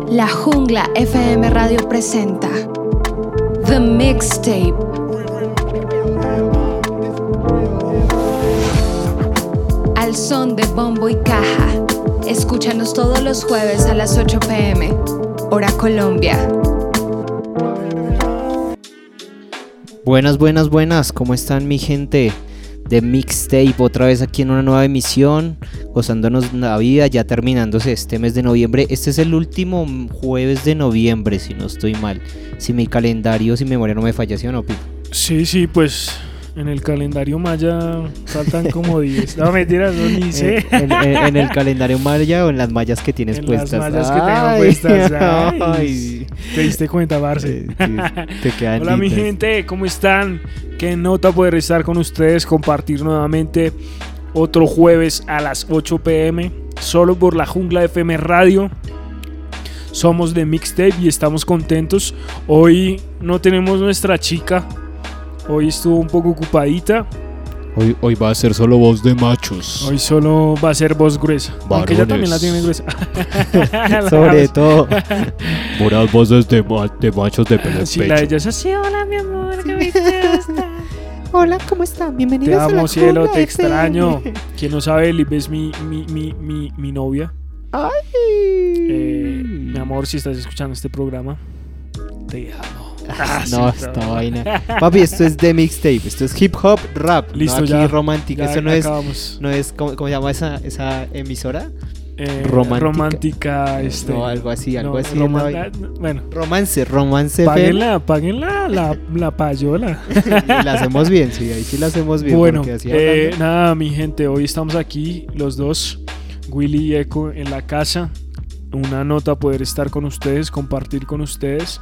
La Jungla FM Radio presenta The Mixtape. Al son de bombo y caja. Escúchanos todos los jueves a las 8 p.m. Hora Colombia. Buenas, ¿cómo están mi gente? De Mixtape, otra vez aquí en una nueva emisión, gozándonos la vida, ya terminándose este mes de noviembre. Este es el último jueves de noviembre, si no estoy mal. Si mi calendario, si mi memoria no me falla, ¿sí o no, Pito? Sí, pues en el calendario maya faltan como 10. No, mentiras, no ni sé. En el calendario maya o en las mallas que tienes en puestas. En las mallas que tengo puestas. Ay. ¿Te diste cuenta, Barce? Te quedan Hola, mi lindas. gente, ¿cómo están? Qué nota poder estar con ustedes, compartir nuevamente otro jueves a las 8 p.m. solo por la Jungla FM Radio. Somos de Mixtape y estamos contentos. Hoy no tenemos nuestra chica. Hoy estuvo un poco ocupadita. Hoy va a ser solo voz de machos. Hoy solo va a ser voz gruesa. Varones. Aunque ella también la tiene gruesa. Sobre todo. Puras voces de machos de pelo en Sí, pecho. la de ella es así. Hola, mi amor, ¿qué me gusta? Hola, ¿cómo están? Te Bienvenidos a la amo, cielo, Jungla te FM. extraño. Quien no sabe, Lip es mi novia. Ay. Mi amor, si estás escuchando este programa, te amo. No, sí, esta vaina. Papi, esto es de Mixtape. Esto es hip hop rap. Listo, no aquí ya. romántica. Ya Esto no es. acabamos. No es ¿cómo se llama esa emisora? Romántica. No, algo así. Bueno, Romance. páguenla la payola. La hacemos bien, sí, ahí sí la hacemos bien. Bueno, porque así hablando- nada, mi gente, hoy estamos aquí los dos, Willy y Eco, en la casa. Una nota poder estar con ustedes, compartir con ustedes.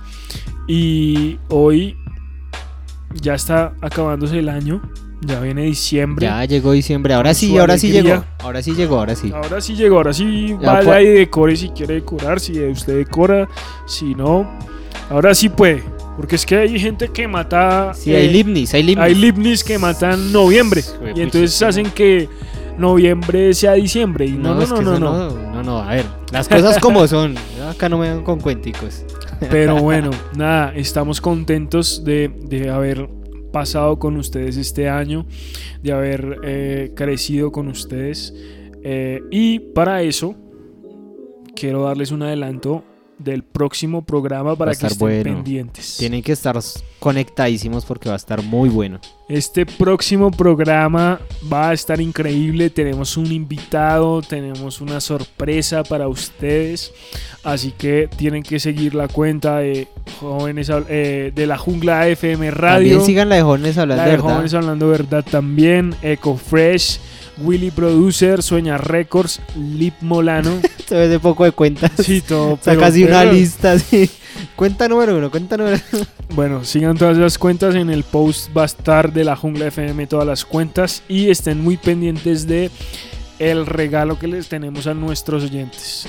Y hoy ya está acabándose el año, ya viene diciembre. Ya llegó diciembre. Ahora Con sí, su ahora sí alegría. llegó. Ahora sí llegó. Ahora sí llegó, ahora sí Ya vaya y decore si quiere decorar, si usted decora, si no, ahora sí puede. Porque es que hay gente que mata. Sí, hay Lipnis. Hay Lipnis que matan noviembre. Y entonces hacen que noviembre sea diciembre. Y no. es que eso no. A ver, las cosas como son. Acá no me dan con cuenticos. Pero bueno, nada, estamos contentos de haber pasado con ustedes este año, de haber crecido con ustedes. Y para eso, quiero darles un adelanto del próximo programa para que estén pendientes. Tienen que estar conectadísimos porque va a estar muy bueno. Este próximo programa va a estar increíble. Tenemos un invitado, tenemos una sorpresa para ustedes. Así que tienen que seguir la cuenta de Jóvenes de la Jungla FM Radio. También sigan la de Jóvenes Hablando La de Verdad. Jóvenes Hablando Verdad también. Eco Fresh, Willy Producer, Sueña Records, Lip Molano. Se ve de poco de cuentas. Sí, todo. Saca así una lista así. Cuenta número 1. Bueno, sigan todas las cuentas. En el post va a estar de la Jungla FM todas las cuentas. Y estén muy pendientes de el regalo que les tenemos a nuestros oyentes.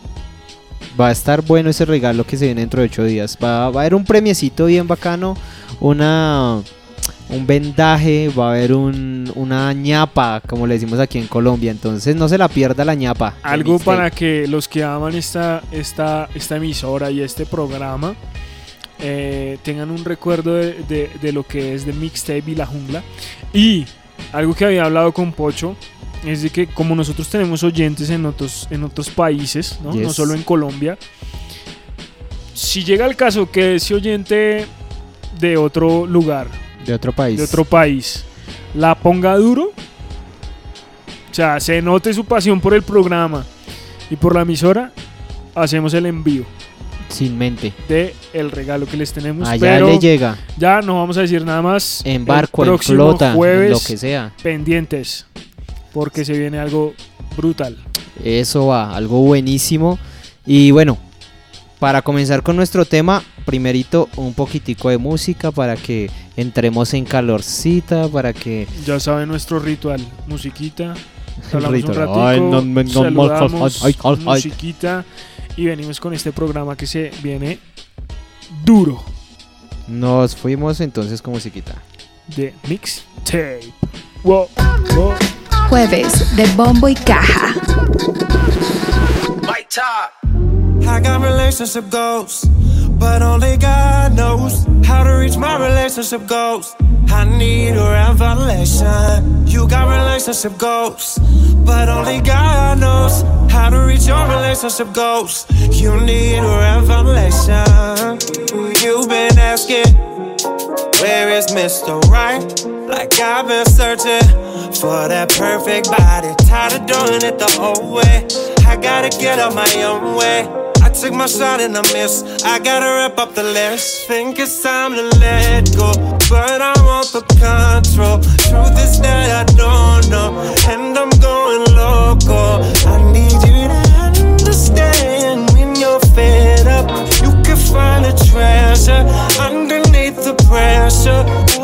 Va a estar bueno ese regalo que se viene dentro de 8 días. Va a haber un premiecito bien bacano. Un vendaje. Va a haber una ñapa, como le decimos aquí en Colombia. Entonces no se la pierda la ñapa. Algo para que los que aman esta emisora y este programa tengan un recuerdo de lo que es de Mixtape y la Jungla. Y algo que había hablado con Pocho es de que como nosotros tenemos oyentes en otros países, ¿no? Yes. No solo en Colombia, si llega el caso que ese oyente de otro lugar, de otro país, la ponga duro, o sea, se note su pasión por el programa y por la emisora, hacemos el envío sin mente de el regalo que les tenemos. allá pero le llega ya no vamos a decir nada más. en barco, el en próximo flota, jueves, lo que sea. pendientes porque se viene algo brutal. Eso va, algo buenísimo. Y bueno, para comenzar con nuestro tema, primerito un poquitico de música para que entremos en calorcita, para que... Ya saben nuestro ritual, musiquita, hablamos Ritual. un ratico, Ay, no, saludamos, ay. musiquita, y venimos con este programa que se viene duro. Nos fuimos entonces con musiquita. De Mixtape. Wow, wow. Jueves de bombo y caja. I got relationship goals, but only God knows how to reach my relationship goals. I need a revelation. You got relationship goals, but only God knows how to reach your relationship goals. You need a revelation. You've been asking, where is Mr. Right? Like I've been searching for that perfect body. Tired of doing it the whole way. I gotta get out my own way. I took my shot and I missed. I gotta wrap up the list. Think it's time to let go, but I want the control. Truth is that I don't know, and I'm going loco. I need you to understand when you're fed up. You can find a treasure underneath the pressure.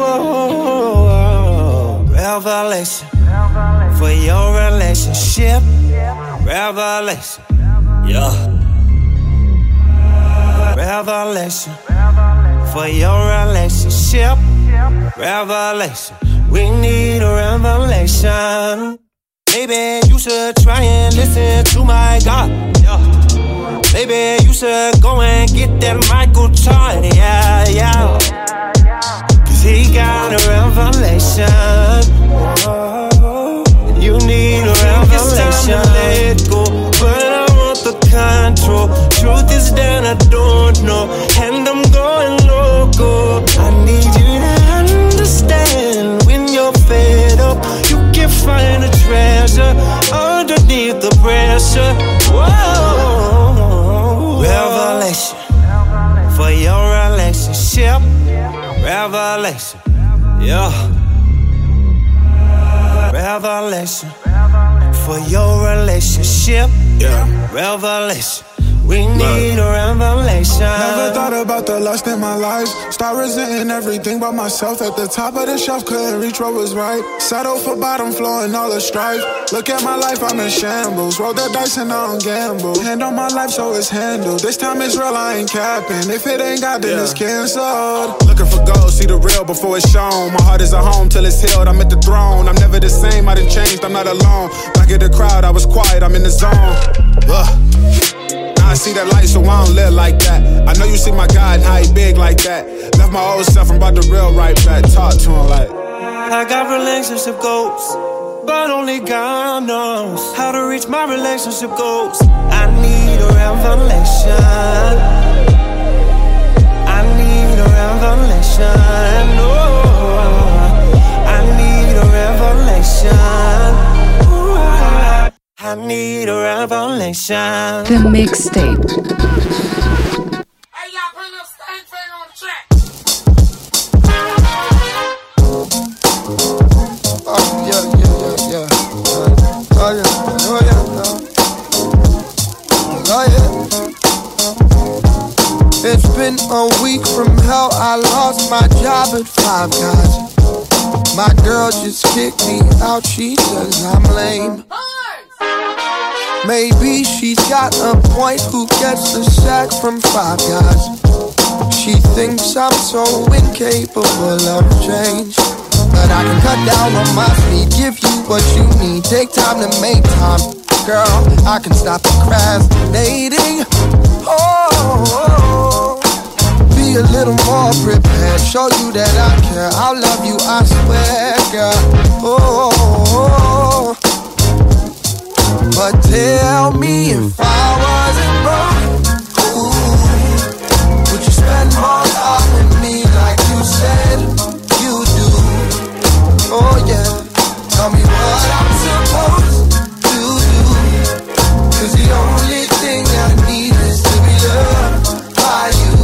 Whoa, revelation for your relationship. Revelation, yeah. Revelation for your relationship. Revelation, we need a revelation. Maybe you should try and listen to my God, yeah. Maybe you should go and get that Michael Jordan, yeah, yeah. Cause he got a revelation. Oh, you need a revelation. Let go, but I want the control. Truth is that I don't know, and I'm going loco. I need you to understand when you're fed up. You can find a treasure underneath the pressure. Whoa, revelation for your relationship. Revelation, yeah. Revelation for your relationship, yeah. Revelation, we need a revelation. Never thought about the lust in my life. Start resenting everything but myself. At the top of the shelf, couldn't reach what was right. Settle for bottom floor and all the strife. Look at my life, I'm in shambles. Roll the dice and I don't gamble. Hand on my life so it's handled. This time it's real, I ain't capping. If it ain't God, then it's canceled. Looking for gold, see the real before it's shown. My heart is a home till it's healed, I'm at the throne. I'm never the same, I done changed, I'm not alone. Back at the crowd, I was quiet, I'm in the zone. I see that light, so I don't live like that. I know you see my God and how he big like that. Left my old self, I'm about to real right back. Talk to him like I got relationship goals, but only God knows how to reach my relationship goals. I need a revelation. I need a revelation. Oh, I need a revelation. I need a revelation. The Mixtape. Hey, y'all bring this thing on the track. Oh, yeah. Oh, yeah. It's been a week from hell. I lost my job at Five Guys. My girl just kicked me out. She says I'm lame. Maybe she's got a point. Who gets the sack from Five Guys? She thinks I'm so incapable of change. But I can cut down on my speed, give you what you need. Take time to make time. Girl, I can stop procrastinating. Oh, be a little more prepared. Show you that I care. I'll love you, I swear, girl. Oh, but tell me if I wasn't broke, ooh, would you spend more time with me like you said you do? Oh yeah, tell me what I'm supposed to do. Cause the only thing I need is to be loved by you.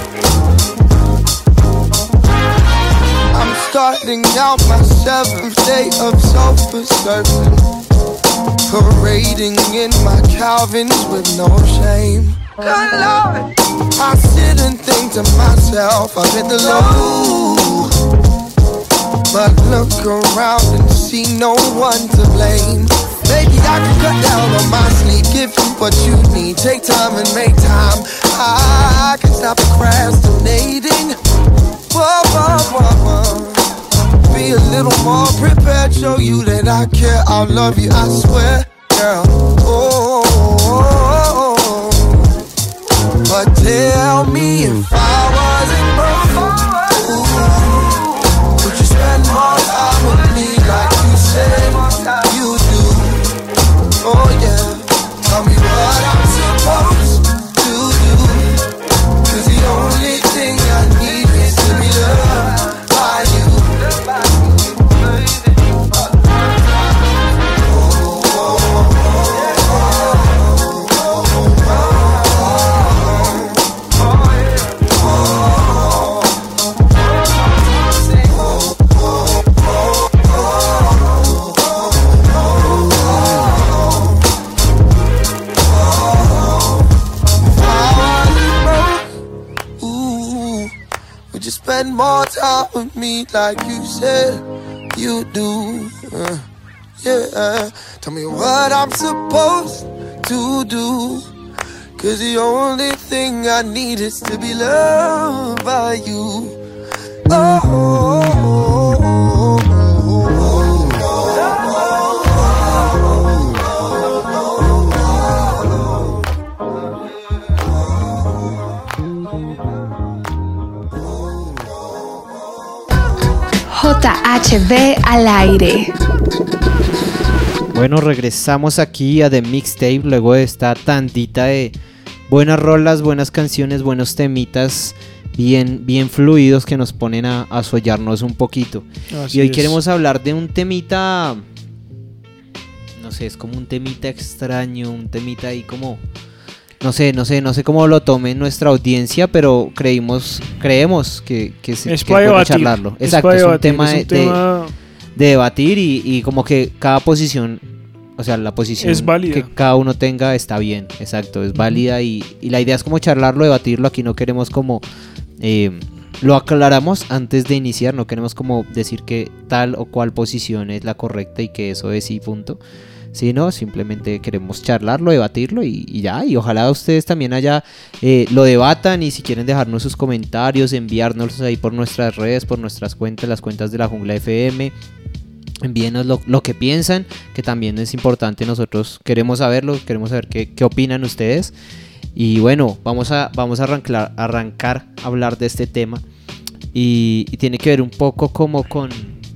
I'm starting out my 7th day of self-assertion, parading in my Calvins with no shame. Good Lord, I sit and think to myself, I'm in the low. But look around and see no one to blame. Maybe I can cut down on my sleep, give you what you need. Take time and make time. I can stop procrastinating. Whoa, whoa, whoa, whoa. Be a little more prepared, show you that I care. I'll love you, I swear, girl. Oh, Tell me if I wasn't broke, ooh, would you spend more time with me like you said you do? Oh yeah, tell me what I'm supposed to do, 'cause the only thing I need is to be loved by you. Spend more time with me like you said you do. Yeah, tell me what I'm supposed to do, 'cause the only thing I need is to be loved by you. JHB al aire. Bueno, regresamos aquí a The Mixtape luego de esta tandita de buenas rolas, buenas canciones, buenos temitas bien fluidos que nos ponen a sollarnos un poquito. Así y hoy es. queremos hablar de un temita, no sé, es como un temita extraño, un temita ahí como, no sé cómo lo tome nuestra audiencia, pero creemos que es para bueno debatir. charlarlo. Es Exacto, para es un debatir, tema es un tema de debatir y como que cada posición, o sea, la posición es válida. que cada uno tenga está bien, exacto, es válida y la idea es como charlarlo, debatirlo. Aquí no queremos como, lo aclaramos antes de iniciar, no queremos como decir que tal o cual posición es la correcta y que eso es sí, punto. Sino simplemente queremos charlarlo, debatirlo y ya, y ojalá ustedes también allá lo debatan, y si quieren dejarnos sus comentarios, enviárnoslos ahí por nuestras redes, por nuestras cuentas, las cuentas de la Jungla FM. Envíenos lo que piensan, que también es importante, nosotros queremos saberlo, queremos saber qué opinan ustedes. Y bueno, vamos a arrancar a hablar de este tema, y tiene que ver un poco como con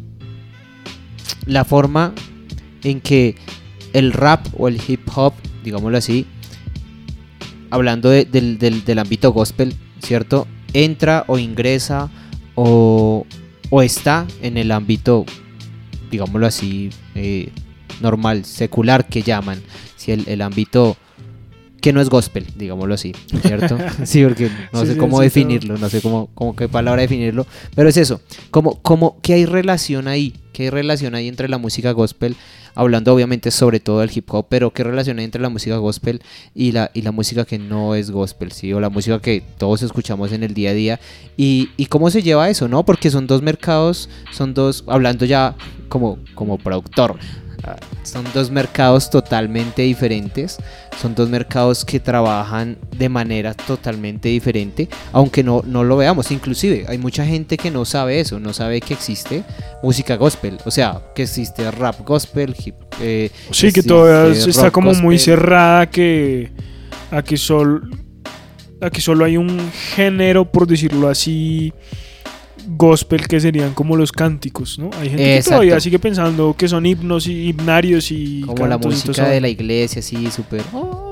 la forma en que el rap o el hip hop, digámoslo así, hablando del ámbito gospel, ¿cierto? Entra o ingresa o está en el ámbito, digámoslo así, normal, secular, que llaman, ¿sí? El ámbito que no es gospel, digámoslo así, ¿cierto? Sí, porque no sé cómo definirlo, no sé cómo qué palabra definirlo, pero es eso, ¿qué hay relación ahí? ¿Qué hay relación ahí entre la música gospel? Hablando obviamente sobre todo del hip hop, pero ¿qué relación hay entre la música gospel y la música que no es gospel, ¿sí? O la música que todos escuchamos en el día a día, y cómo se lleva eso, ¿no? Porque son dos mercados, hablando ya como productor, son dos mercados totalmente diferentes, son dos mercados que trabajan de manera totalmente diferente, aunque no lo veamos. Inclusive hay mucha gente que no sabe eso, no sabe que existe música gospel, o sea, que existe rap gospel, sí, que todavía está como gospel, muy cerrada a que solo hay un género, por decirlo así, gospel, que serían como los cánticos, ¿no? Hay gente que todavía sigue pensando que son himnos y himnarios y como la música de la iglesia, así súper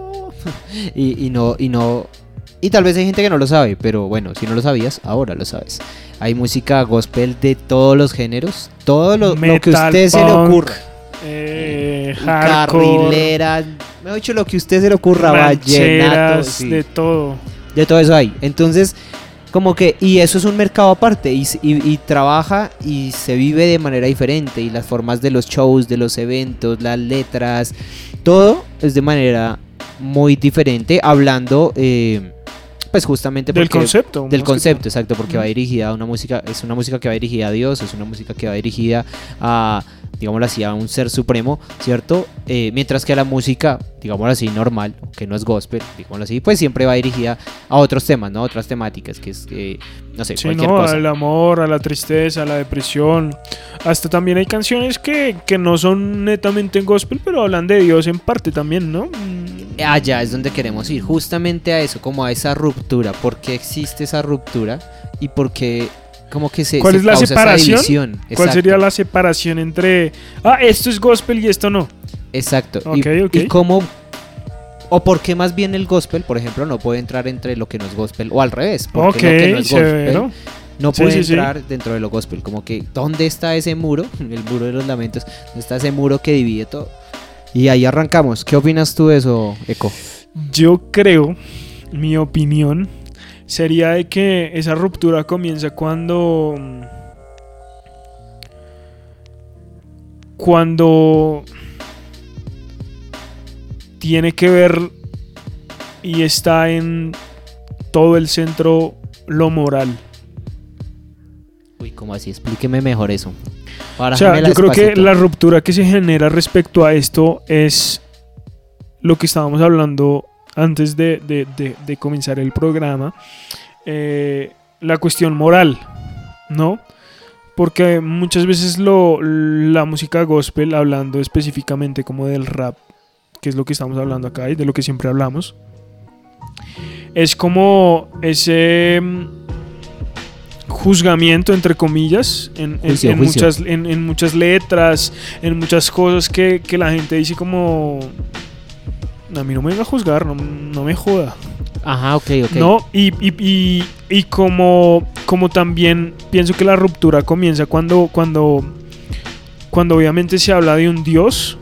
y tal vez hay gente que no lo sabe, pero bueno, si no lo sabías, ahora lo sabes. Hay música gospel de todos los géneros, todo lo que a usted se le ocurra, carrilera, me he dicho lo que a usted se le ocurra, vallenato, sí, de todo eso hay. Entonces como que, y eso es un mercado aparte, y trabaja y se vive de manera diferente, y las formas de los shows, de los eventos, las letras, todo es de manera muy diferente, hablando pues justamente del concepto, exacto, porque va dirigida a una música, es una música que va dirigida a Dios, es una música que va dirigida a, digámoslo así, a un ser supremo, ¿cierto? Mientras que la música, digámoslo así, normal, que no es gospel, digámoslo así, pues siempre va dirigida a otros temas, ¿no? Otras temáticas, que es, no sé, sí, cualquier cosa. Al amor, a la tristeza, a la depresión. Hasta también hay canciones que no son netamente en gospel, pero hablan de Dios en parte también, ¿no? allá es donde queremos ir, justamente a eso, como a esa ruptura. ¿Por qué existe esa ruptura? Y por qué como que ¿Cuál es la causa separación? esa división. ¿Cuál Exacto. sería la separación entre esto es gospel y esto no? Exacto. Ok. Y cómo, o por qué más bien el gospel, por ejemplo, no puede entrar entre lo que no es gospel, o al revés, porque lo que no es severo. gospel no Sí, puede sí, entrar dentro de lo gospel. Como que, ¿dónde está ese muro? El muro de los lamentos. ¿Dónde está ese muro que divide todo? Y ahí arrancamos. ¿Qué opinas tú de eso, Eco? Yo creo, mi opinión sería de que esa ruptura comienza cuando tiene que ver y está en todo el centro lo moral. Uy, ¿cómo así? Explíqueme mejor eso. O sea, yo creo que la ruptura que se genera respecto a esto es lo que estábamos hablando antes de comenzar el programa, la cuestión moral, ¿no? Porque muchas veces la música gospel, hablando específicamente como del rap, que es lo que estamos hablando acá y de lo que siempre hablamos, es como ese juzgamiento, entre comillas, en muchas letras, en muchas cosas que la gente dice como, a mí no me venga a juzgar, no me joda. Ajá, ok. ¿No? Y como también pienso que la ruptura comienza cuando obviamente se habla de un Dios,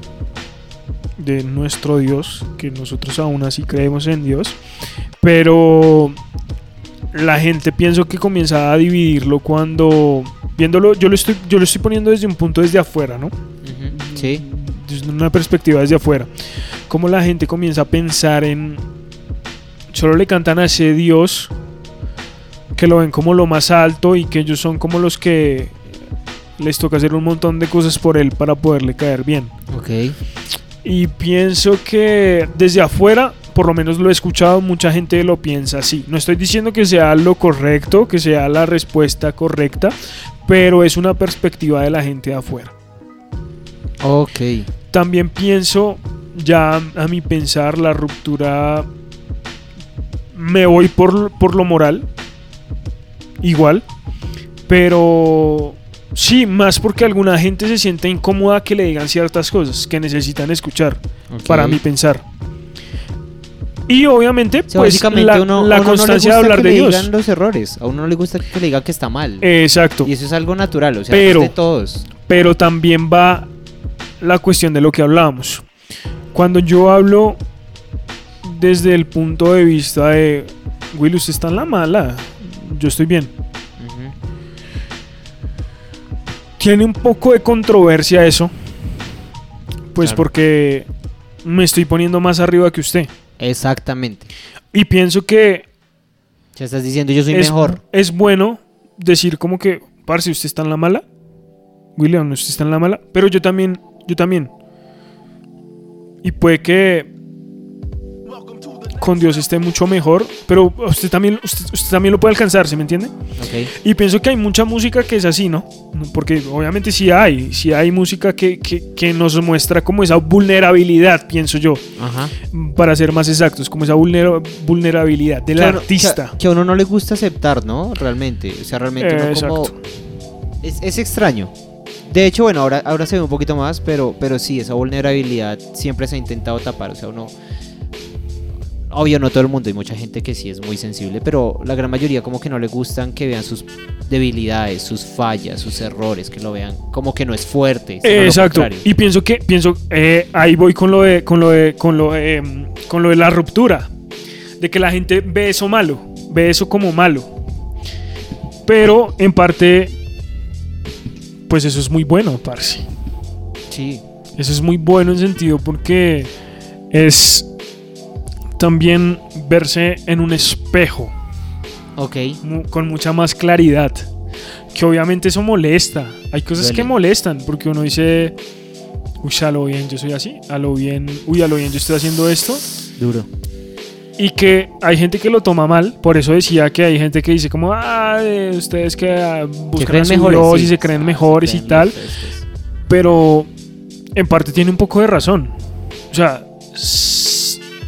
de nuestro Dios, que nosotros aún así creemos en Dios, pero la gente pienso que comienza a dividirlo cuando viéndolo, yo lo estoy poniendo desde un punto desde afuera, ¿no? Sí. Desde una perspectiva desde afuera. Como la gente comienza a pensar en solo le cantan a ese Dios, que lo ven como lo más alto y que ellos son como los que les toca hacer un montón de cosas por él para poderle caer bien. Ok. Y pienso que desde afuera, por lo menos lo he escuchado, mucha gente lo piensa así. No estoy diciendo que sea lo correcto, que sea la respuesta correcta, pero es una perspectiva de la gente de afuera. Ok. También pienso, ya a mi pensar, la ruptura, me voy por lo moral, igual, pero sí, más porque alguna gente se siente incómoda que le digan ciertas cosas que necesitan escuchar, para mi pensar. Y obviamente, O sea, pues básicamente la uno constancia no de le gusta hablar que de le Dios. digan los errores. A uno no le gusta que le digan que está mal. Exacto. Y eso es algo natural, o sea, Pero- es de todos. Pero también va la cuestión de lo que hablábamos. Cuando yo hablo desde el punto de vista de Will, usted está en la mala, yo estoy bien. Ujú. Tiene un poco de controversia eso, pues Claro. porque me estoy poniendo más arriba que usted. Exactamente. Y pienso que Ya estás diciendo yo soy es, mejor. es bueno decir como que, parce, usted está en la mala, William, usted está en la mala, pero yo también. Y puede que con Dios esté mucho mejor, pero usted también lo puede alcanzar, ¿se me entiende? Ok. Y pienso que hay mucha música que es así, ¿no? Porque obviamente sí hay música que nos muestra como esa vulnerabilidad, pienso yo, Ajá. para ser más exactos, como esa vulnerabilidad del artista. Que a uno no le gusta aceptar, ¿no? Realmente. O sea, realmente uno como... Exacto. Es extraño. De hecho, bueno, ahora se ve un poquito más, pero sí, esa vulnerabilidad siempre se ha intentado tapar. O sea, uno... Obvio, no todo el mundo, hay mucha gente que sí es muy sensible, pero la gran mayoría como que no le gustan que vean sus debilidades, sus fallas, sus errores, que lo vean como que no es fuerte. sino lo Exacto. contrario. Y pienso ahí voy con lo de la ruptura, de que la gente ve eso malo, ve eso como malo. Pero en parte, pues eso es muy bueno, parce. Sí. Eso es muy bueno en sentido porque es también verse en un espejo Ok. con mucha más claridad. Que obviamente eso molesta. Hay cosas Duele. que molestan porque uno dice, uy, a lo bien yo soy así, a lo bien yo estoy haciendo esto. Duro. Y que hay gente que lo toma mal. Por eso decía que hay gente que dice como, ustedes que buscan creen a su mejores, Dios sí. y se creen mejores y Creen tal. mejores, pues. Pero en parte tiene un poco de razón. O sea,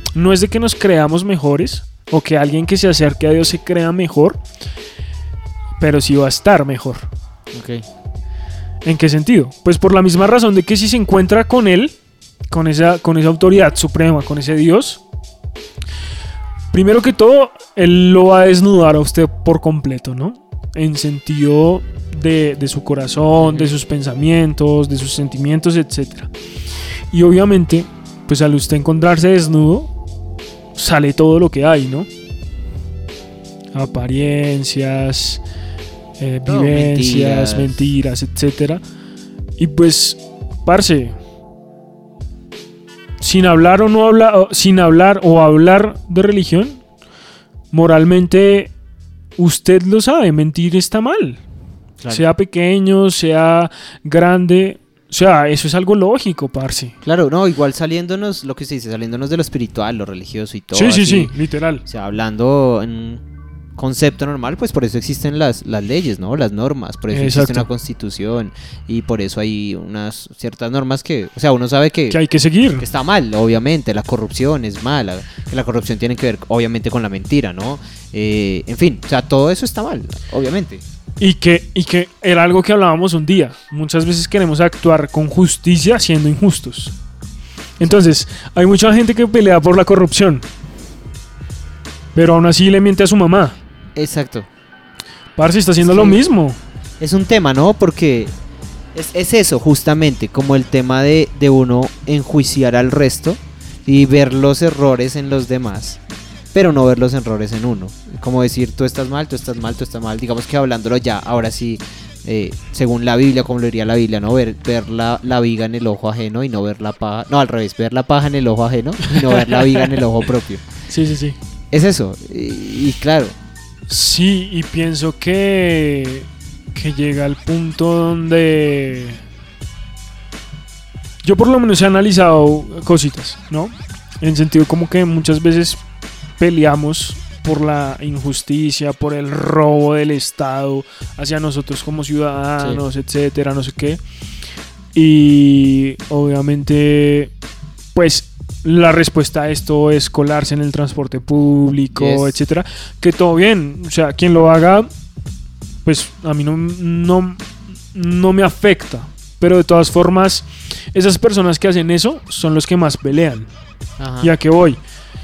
no es de que nos creamos mejores o que alguien que se acerque a Dios se crea mejor, pero sí va a estar mejor. Ok. ¿En qué sentido? Pues por la misma razón de que si se encuentra con Él, con esa autoridad suprema, con ese Dios, primero que todo, Él lo va a desnudar a usted por completo, ¿no? En sentido de su corazón, de sus pensamientos, de sus sentimientos, etc. Y obviamente, pues al usted encontrarse desnudo, sale todo lo que hay, ¿no? Apariencias, vivencias, mentiras, etc. Y pues, parce, sin hablar o hablar de religión, moralmente usted lo sabe, mentir está mal. Claro. Sea pequeño, sea grande, o sea, eso es algo lógico, parce. Claro, no, igual saliéndonos, lo que se dice, saliéndonos de lo espiritual, lo religioso y todo. Sí, así, sí, literal. O sea, hablando en concepto normal, pues por eso existen las leyes, ¿no? Las normas, por eso existe una constitución y por eso hay unas ciertas normas que, o sea, uno sabe que hay que seguir. Que está mal, obviamente, la corrupción es mala, que la corrupción tiene que ver, obviamente, con la mentira, ¿no? En fin, o sea, todo eso está mal, obviamente. Y que era algo que hablábamos un día. Muchas veces queremos actuar con justicia siendo injustos. Entonces, hay mucha gente que pelea por la corrupción, pero aún así le miente a su mamá. Exacto. Parce, está haciendo lo mismo. Es un tema, ¿no? Porque es eso, justamente, como el tema de uno enjuiciar al resto y ver los errores en los demás, pero no ver los errores en uno. Como decir, tú estás mal, tú estás mal, tú estás mal. Digamos que hablándolo ya, ahora sí, según la Biblia, como lo diría la Biblia, ¿no? Ver la viga en el ojo ajeno y no ver la paja. No, al revés, ver la paja en el ojo ajeno y no ver la viga en el ojo propio. Sí, sí, sí. Es eso, y claro. Sí, y pienso que llega al punto donde yo por lo menos he analizado cositas, ¿no? En sentido como que muchas veces peleamos por la injusticia, por el robo del Estado hacia nosotros como ciudadanos, sí, etcétera, no sé qué. Y obviamente, pues la respuesta a esto es colarse en el transporte público, yes, etcétera. Que todo bien, o sea, quien lo haga, pues a mí no me afecta. Pero de todas formas, esas personas que hacen eso son los que más pelean. Ajá. ¿Y a qué voy?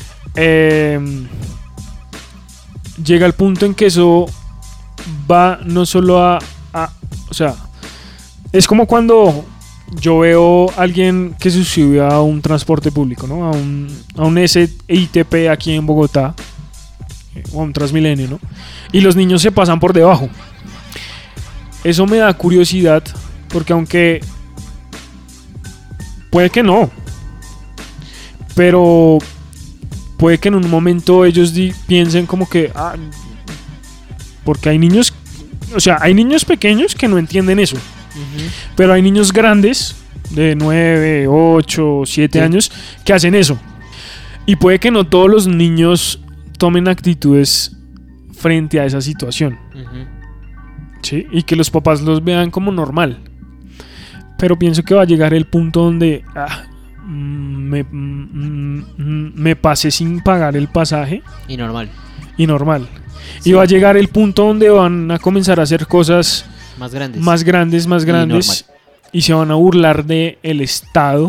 Llega el punto en que eso va no solo a o sea, es como cuando yo veo a alguien que se sube a un transporte público, ¿no? A un SITP aquí en Bogotá, o a un Transmilenio, ¿no? Y los niños se pasan por debajo. Eso me da curiosidad, porque aunque puede que no, pero puede que en un momento ellos piensen como que porque hay niños, o sea, hay niños pequeños que no entienden eso. Uh-huh. Pero hay niños grandes de 9, 8, 7 años que hacen eso. Y puede que no todos los niños tomen actitudes frente a esa situación. Uh-huh. ¿Sí? Y que los papás los vean como normal. Pero pienso que va a llegar el punto donde me pasé sin pagar el pasaje. Y normal. Sí. Y va a llegar el punto donde van a comenzar a hacer cosas más grandes y se van a burlar del Estado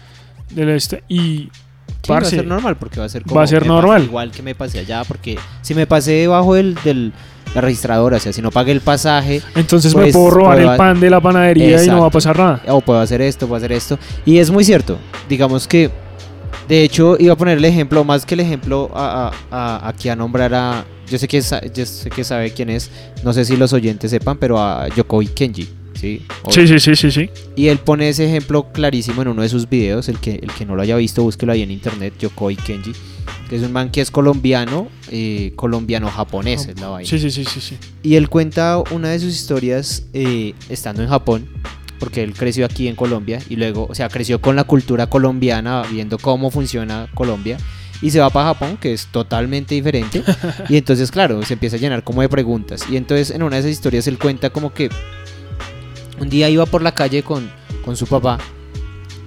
y sí, va a ser normal, porque va a ser como va a ser normal, igual que me pasé allá, porque si me pasé debajo de la registradora, o sea, si no pagué el pasaje, entonces pues, me puedo robar el pan de la panadería. Exacto. Y no va a pasar nada, o puedo hacer esto, y es muy cierto. Digamos que de hecho iba a poner el ejemplo, más que el ejemplo aquí a nombrar a yo sé que sabe quién es, no sé si los oyentes sepan, pero a Yokoi Kenji, ¿sí? Sí. Y él pone ese ejemplo clarísimo en uno de sus videos. El que no lo haya visto, búsquelo ahí en internet, Yokoi Kenji, que es un man que es colombiano-japonés, es la vaina. Sí. Y él cuenta una de sus historias estando en Japón, porque él creció aquí en Colombia y luego, o sea, creció con la cultura colombiana, viendo cómo funciona Colombia. Y se va para Japón, que es totalmente diferente. Y entonces, claro, se empieza a llenar como de preguntas. Y entonces en una de esas historias él cuenta como que un día iba por la calle con su papá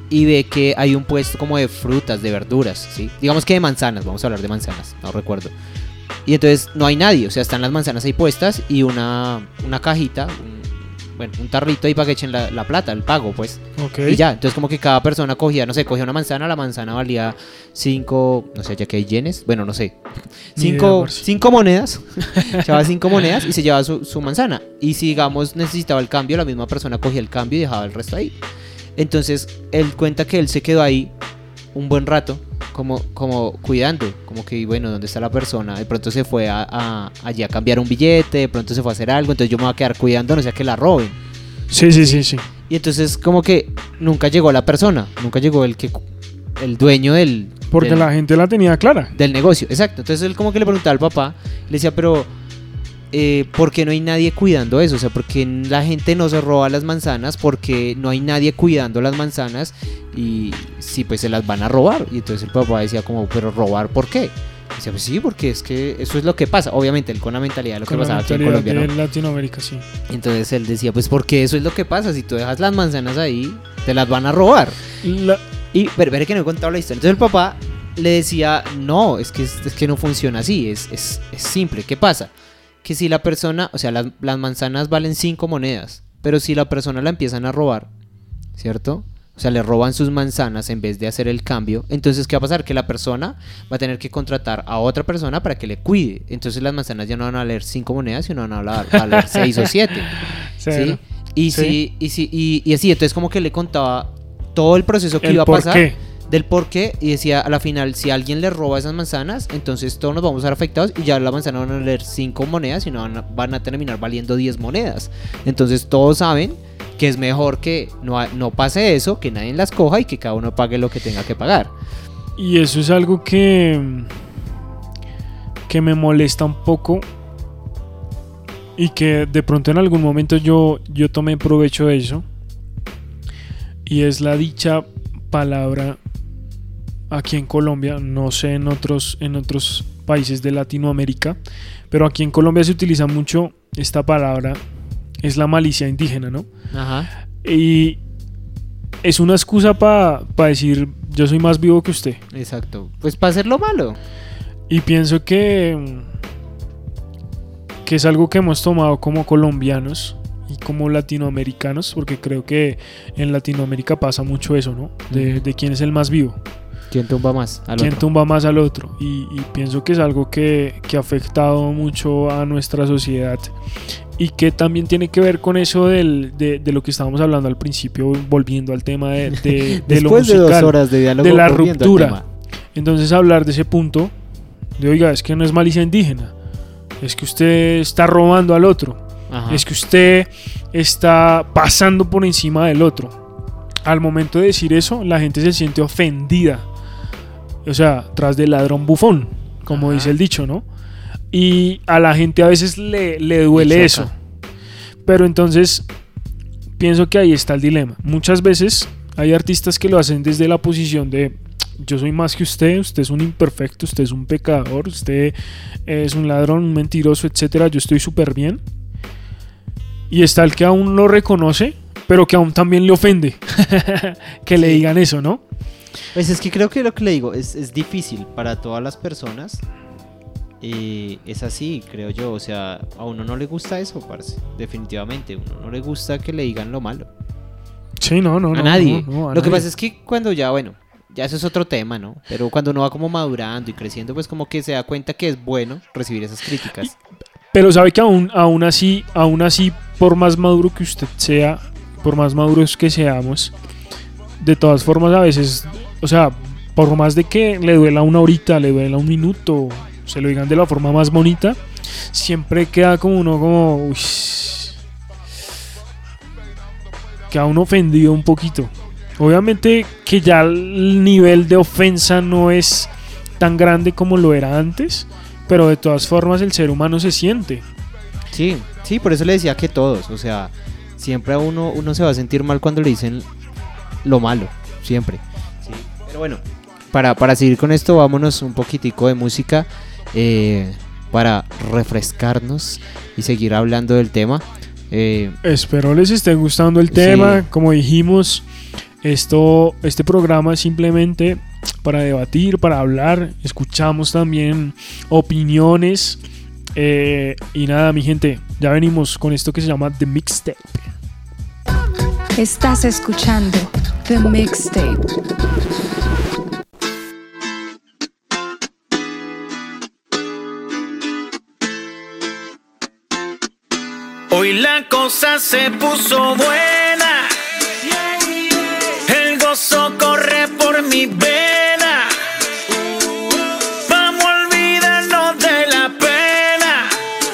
y ve que hay un puesto como de frutas, de verduras, ¿sí? Digamos que de manzanas, vamos a hablar de manzanas, no recuerdo. Y entonces no hay nadie, o sea, están las manzanas ahí puestas y una cajita, un tarrito ahí para que echen la plata, el pago, pues. Okay. Y ya, entonces como que cada persona cogía, no sé, cogía una manzana, la manzana valía 5, no sé, ya que hay yenes, bueno, no sé, 5 monedas, llevaba 5 monedas y se llevaba su manzana. Y si, digamos, necesitaba el cambio, la misma persona cogía el cambio y dejaba el resto ahí. Entonces, él cuenta que él se quedó ahí un buen rato, como cuidando, como que, bueno, ¿dónde está la persona? De pronto se fue allí a cambiar un billete, de pronto se fue a hacer algo, entonces yo me voy a quedar cuidando, no sea que la roben. Sí. Y entonces como que nunca llegó la persona, nunca llegó el dueño del... Porque la gente la tenía clara. Del negocio, exacto. Entonces él como que le preguntaba al papá, le decía, pero... ¿por qué no hay nadie cuidando eso? O sea, ¿por qué la gente no se roba las manzanas? Porque no hay nadie cuidando las manzanas y sí, pues se las van a robar. Y entonces el papá decía como, ¿pero robar por qué? Y decía, pues sí, porque es que eso es lo que pasa. Obviamente él con la mentalidad de lo que pasaba aquí en Colombia, ¿no? En Latinoamérica, sí. Entonces él decía, pues porque eso es lo que pasa. Si tú dejas las manzanas ahí, te las van a robar. Y pero que no he contado la historia. Entonces el papá le decía, no, es que no funciona así, es simple. ¿Qué pasa? Que si la persona, o sea, las manzanas valen 5 monedas, pero si la persona la empiezan a robar, ¿cierto? O sea, le roban sus manzanas en vez de hacer el cambio, entonces ¿qué va a pasar? Que la persona va a tener que contratar a otra persona para que le cuide. Entonces las manzanas ya no van a valer 5 monedas, sino van a valer 6 o 7. ¿Sí? Y así, entonces como que le contaba todo el proceso que iba a pasar. ¿Qué? Del por qué, y decía a la final, si alguien le roba esas manzanas, entonces todos nos vamos a ver afectados y ya la manzana van a valer 5 monedas, sino van a terminar valiendo 10 monedas. Entonces todos saben que es mejor que no pase eso, que nadie las coja y que cada uno pague lo que tenga que pagar. Y eso es algo que me molesta un poco y que de pronto en algún momento yo tomé provecho de eso, y es la dicha palabra aquí en Colombia, no sé en otros países de Latinoamérica, pero aquí en Colombia se utiliza mucho esta palabra, es la malicia indígena, ¿no? Ajá. Y es una excusa para decir, yo soy más vivo que usted. Exacto, pues para hacerlo malo. Y pienso que es algo que hemos tomado como colombianos y como latinoamericanos, porque creo que en Latinoamérica pasa mucho eso, ¿no? De quién es el más vivo. ¿Quién tumba más al ¿Quién otro? tumba más al otro? Y pienso que es algo que ha afectado mucho a nuestra sociedad y que también tiene que ver con eso de lo que estábamos hablando al principio, volviendo al tema de lo musical, de 2 horas de diálogo, de la ruptura. Entonces hablar de ese punto, de oiga, es que no es malicia indígena, es que usted está robando al otro. Ajá. Es que usted está pasando por encima del otro. Al momento de decir eso, la gente se siente ofendida. O sea, tras del ladrón bufón, como dice el dicho, ¿no? Y a la gente a veces le duele eso. Pero entonces, pienso que ahí está el dilema. Muchas veces hay artistas que lo hacen desde la posición de yo soy más que usted es un imperfecto, usted es un pecador, usted es un ladrón, un mentiroso, etcétera. Yo estoy súper bien. Y está el que aún lo reconoce, pero que aún también le ofende que le digan eso, ¿no? Pues es que creo que lo que le digo es difícil para todas las personas. Es así, creo yo. O sea, a uno no le gusta eso, parce. Definitivamente, a uno no le gusta que le digan lo malo. Sí, no. A nadie. No, lo que pasa es que cuando ya eso es otro tema, ¿no? Pero cuando uno va como madurando y creciendo, pues como que se da cuenta que es bueno recibir esas críticas. Pero sabe que aún así, por más maduro que usted sea, por más maduros que seamos, de todas formas a veces, o sea, por más de que le duela una horita, le duela un minuto, se lo digan de la forma más bonita, siempre queda como uno uy, queda uno ofendido un poquito. Obviamente que ya el nivel de ofensa no es tan grande como lo era antes, pero de todas formas el ser humano se siente. Sí, por eso le decía que todos, o sea, siempre a uno se va a sentir mal cuando le dicen lo malo, siempre. Sí. Pero bueno, para seguir con esto, vámonos un poquitico de música para refrescarnos y seguir hablando del tema. Espero les esté gustando el tema, como dijimos, Este programa es simplemente para debatir, para hablar. Escuchamos también opiniones. Y nada, mi gente, ya venimos con esto que se llama The Mixtape. Estás escuchando The Mixtape. Hoy la cosa se puso buena, el gozo corre por mi vena. Vamos a olvidarnos de la pena,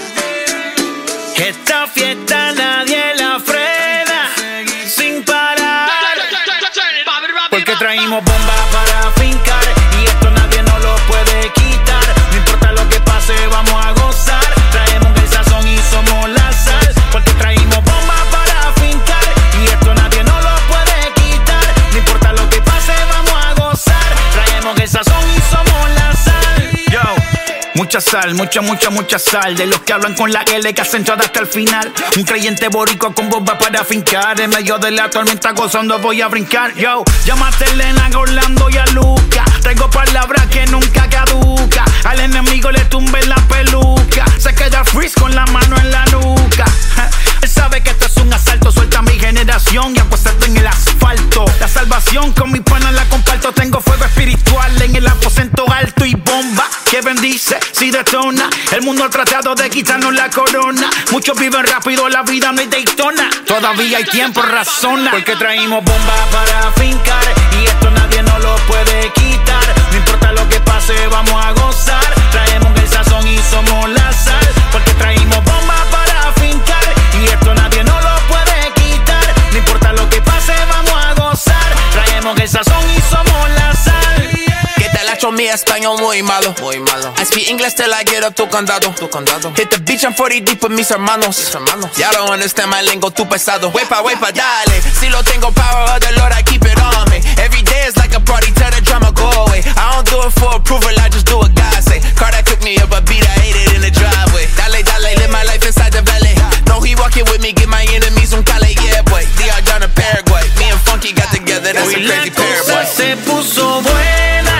esta fiesta nadie la frena, sin parar, porque traímos bombas para fincar y esto nadie nos lo puede quitar. No importa lo que pase, vamos a gozar. Traemos el sazón y somos la sal, porque traímos bombas para fincar y esto nadie nos lo puede quitar. No importa lo que pase, vamos a gozar. Traemos el sazón y somos la sal. Yo, mucha sal, mucha sal. De los que hablan con la L que hacen todo hasta el final. Un creyente boricua con bomba para fincar. En medio de la tormenta gozando voy a brincar. Yo, llámate a Elena, a Orlando y a Luca. Traigo palabras que nunca caduca. Al enemigo le tumbe la peluca. Se queda freeze con la mano en la nuca. Él sabe que esto es un asalto. Suelta mi generación y apuéstate en el asfalto. La salvación con mi pana la comparto. Tengo fuego espiritual en el aposento alto y bomba que bendice si detona. El mundo ha tratado de quitarnos la corona. Muchos viven rápido, la vida no es Daytona. Todavía hay tiempo, razona, porque traímos bombas para fincar y esto nadie nos lo puede quitar. No importa lo que pase, vamos a gozar. Traemos el sazón y somos la sal, porque traímos bombas para fincar y esto nadie nos lo puede quitar. No importa lo que pase, vamos a gozar. Traemos el sazón y somos la sal. Que tal hecho mi español muy malo. I speak English till I get up tu condado. Hit the beach and 40 deep with mis hermanos. Ya don't understand my lingo, tu pesado. Wepa, dale. Si lo tengo power of the Lord, I keep it on me. Every day is like a party, tell the drama go away. I don't do it for approval, I just do what God say. Car that cooked me up a beat, I ate it in the driveway. Dale, live my life inside the valley. No, he walking with me, get my enemies un cale, yeah, boy. DR down to Paraguay. Me and Funky got together, that's a crazy pair, boy. Se puso buena,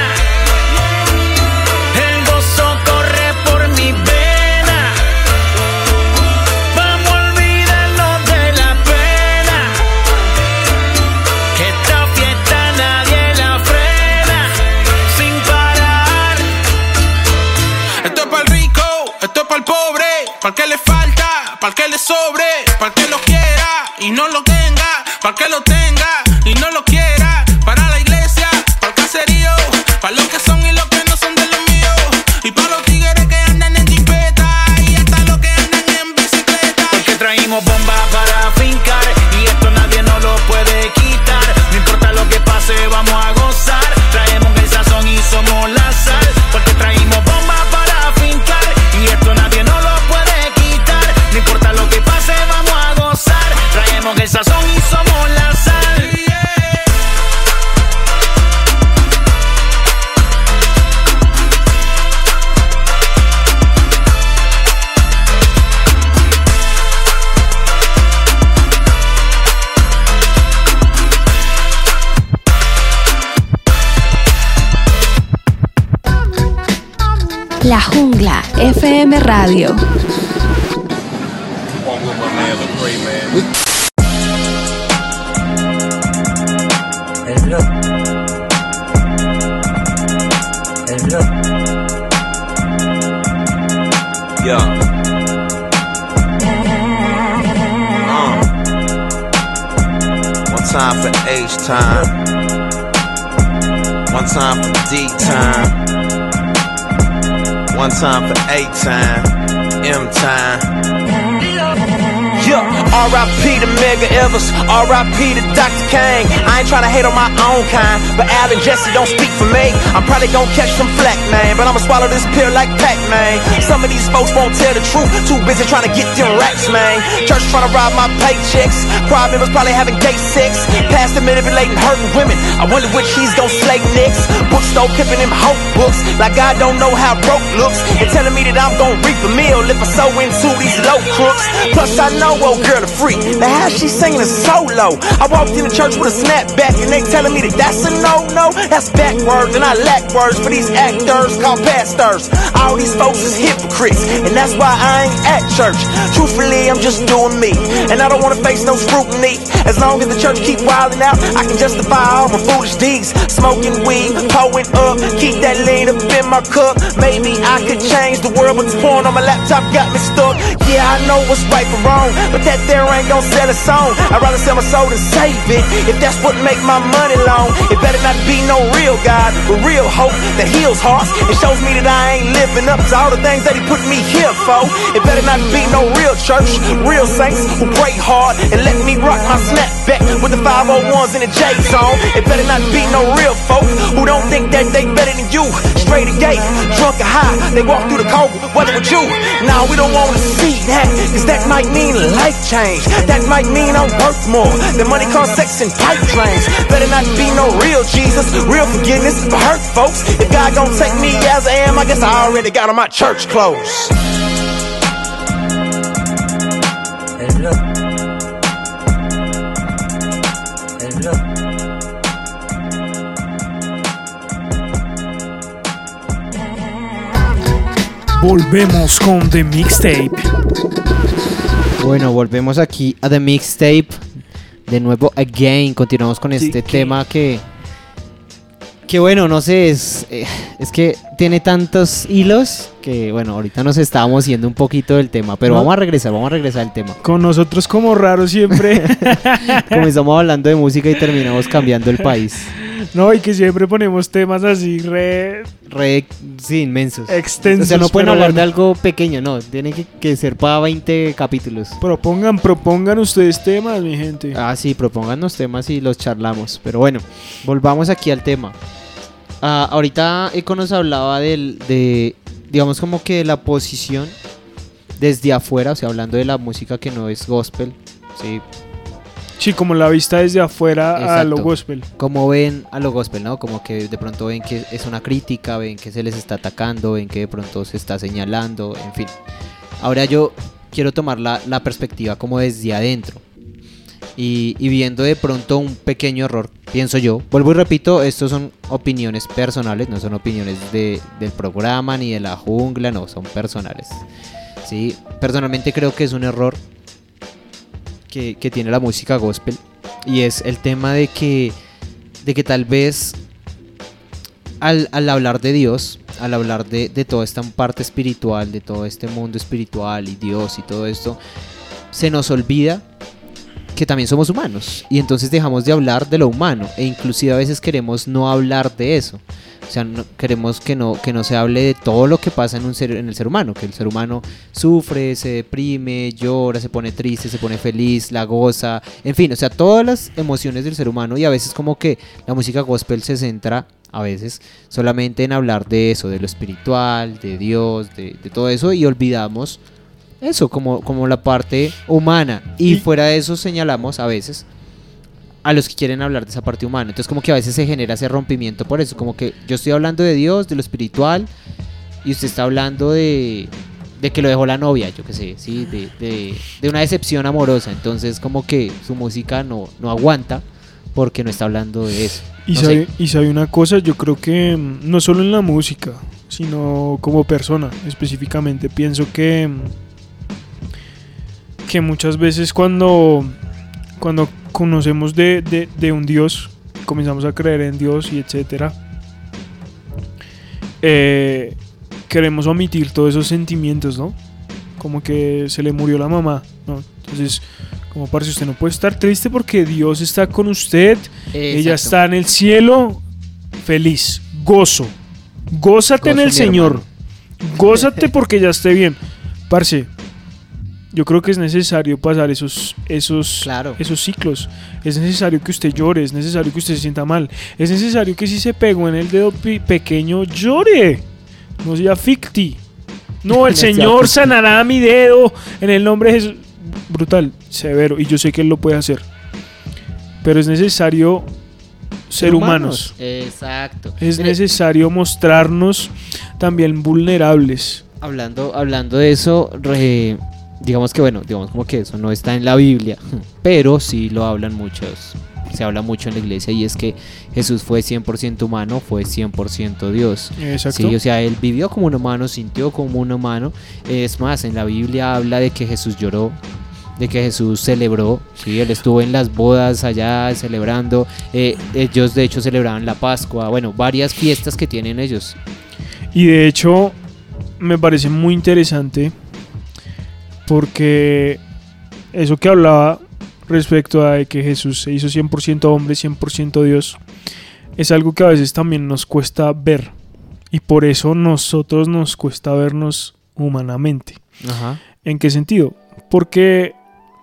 el gozo corre por mi vena. Vamos a olvidarnos de la pena, esta fiesta nadie la frena, sin parar. Esto es pa'l rico, esto es pa'l pobre, pa'l que le falta, pa'l que le sobre, pa'l que lo quiera y no lo tenga, pa'l que lo tenga y no lo quiera, para la iglesia, pa'l caserío, pa' los que son y los que no son de los míos, y pa' los tigres que andan en jipeta y hasta los que andan en bicicleta. Porque traímos bombas para fincar y esto nadie nos lo puede quitar. No importa lo que pase, vamos a gozar. Traemos el sazón y somos la sal, porque traímos bombas para fincar y esto nadie nos lo puede quitar. No importa lo que pase, vamos a gozar. Traemos el sazón y somos la sal. La Jungla FM Radio. Yeah. One time for H time. One time for D time. One time for A time. M time. Yeah, R.I.P. to Mega Evers, R.I.P. to Dr. Kane. I ain't tryna hate on my own kind, but Al and Jesse don't speak for me. I'm probably gonna catch some flack, man, but I'ma swallow this pill like Pac-Man. Some of these folks won't tell the truth. Too busy trying to get them racks, man. Church trying to rob my paychecks. Choir members probably having gay sex. Pastor manipulating, hurting women. I wonder which he's gonna slay next. Bookstore pimping them hope books like I don't know how broke looks, and telling me that I'm gonna reap a meal if I sow into these low crooks. Plus I know old girl a freak. Now how she singing is solo. I walked in the church with a snapback and they telling me that that's a no-no. That's backwards and I lack words for these actors called pastors. All these folks is hypocrites, and that's why I ain't at church. Truthfully, I'm just doing me, and I don't wanna face no scrutiny. As long as the church keep wilding out, I can justify all my foolish deeds. Smoking weed, pulling up, keep that lean up in my cup. Maybe I could change the world, but the porn on my laptop got me stuck. Yeah, I know what's right from wrong, but that there ain't gon' sell a song. I'd rather sell my soul than save it, if that's what make my money long. It better not be no real God, but real hope that heals hearts and shows me that I ain't living up to all the things that he put me here for. It better not be no real church, real saints who pray hard and let me rock my snapback with the 501s in the J zone. It better not be no real folk who don't think that they better than you. Straight or gay, drunk or high, they walk through the cold weather with you. Now we don't wanna see that, cause that might mean life change. That might mean I'm worth more than money, car, sex, and pipe dreams. Better not be no real Jesus, real forgiveness for hurt folks. If God gon' take me as I am, I guess I already got on my church clothes. Hey, look. Hey, look. Volvemos con The Mixtape. Bueno, volvemos aquí a The Mixtape. De nuevo, again. Continuamos con este tema que bueno, no sé, es que tiene tantos hilos que, bueno, ahorita nos estábamos yendo un poquito del tema, pero vamos a regresar al tema. Con nosotros como raro siempre. Comenzamos hablando de música y terminamos cambiando el país. No, y que siempre ponemos temas así sí, inmensos. Extensos. O sea, no pueden hablar de algo pequeño, no, tiene que ser para 20 capítulos. Propongan ustedes temas, mi gente. Ah, sí, propónganos temas y los charlamos. Pero bueno, volvamos aquí al tema. Ahorita Eco nos hablaba de digamos como que la posición desde afuera, o sea, hablando de la música que no es gospel, sí. Sí, como la vista desde afuera. Exacto. A lo gospel. Como ven a lo gospel, ¿no? Como que de pronto ven que es una crítica, ven que se les está atacando, ven que de pronto se está señalando, en fin. Ahora yo quiero tomar la perspectiva como desde adentro. Y viendo de pronto un pequeño error, pienso yo, vuelvo y repito, estos son opiniones personales, no son opiniones del programa ni de la jungla, no, son personales. ¿Sí? Personalmente creo que es un error que tiene la música gospel, y es el tema de que tal vez al hablar de Dios, al hablar de toda esta parte espiritual, de todo este mundo espiritual y Dios y todo esto, se nos olvida que también somos humanos, y entonces dejamos de hablar de lo humano, e inclusive a veces queremos no hablar de eso. O sea, queremos que no se hable de todo lo que pasa en el ser humano, que el ser humano sufre, se deprime, llora, se pone triste, se pone feliz, la goza, en fin, o sea, todas las emociones del ser humano, y a veces como que la música gospel se centra a veces solamente en hablar de eso, de lo espiritual, de Dios, de todo eso, y olvidamos eso como la parte humana, y fuera de eso señalamos a veces a los que quieren hablar de esa parte humana. Entonces como que a veces se genera ese rompimiento por eso, como que yo estoy hablando de Dios, de lo espiritual, y usted está hablando de que lo dejó la novia, yo qué sé, ¿sí? de una decepción amorosa. Entonces como que su música no aguanta porque no está hablando de eso. Y sabe una cosa, yo creo que no solo en la música, sino como persona específicamente, pienso que muchas veces cuando conocemos de un Dios, comenzamos a creer en Dios y etcétera, queremos omitir todos esos sentimientos, ¿no? Como que se le murió la mamá, ¿no? Entonces, como parce, usted no puede estar triste porque Dios está con usted. Exacto. Ella está en el cielo, feliz, gózate en el Señor, gózate porque ya esté bien, parce. Yo creo que es necesario pasar esos ciclos. Es necesario que usted llore, es necesario que usted se sienta mal. Es necesario que si se pegó en el dedo pequeño, llore. No sea ficti. No, el Señor sanará mi dedo en el nombre de Jesús. Brutal, severo, y yo sé que Él lo puede hacer. Pero es necesario ser humanos. Exacto. Es necesario mostrarnos también vulnerables. Hablando de eso, digamos como que eso no está en la Biblia, pero sí lo hablan muchos. Se habla mucho en la iglesia, y es que Jesús fue 100% humano, fue 100% Dios. Exacto. Sí, o sea, Él vivió como un humano, sintió como un humano. Es más, en la Biblia habla de que Jesús lloró, de que Jesús celebró, ¿sí? Él estuvo en las bodas allá celebrando. Ellos de hecho celebraban la Pascua, bueno, varias fiestas que tienen ellos. Y de hecho me parece muy interesante porque eso que hablaba respecto a que Jesús se hizo 100% hombre, 100% Dios, es algo que a veces también nos cuesta ver, y por eso nosotros nos cuesta vernos humanamente. Ajá. ¿En qué sentido? Porque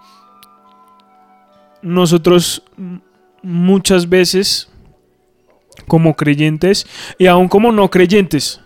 nosotros muchas veces, como creyentes y aún como no creyentes,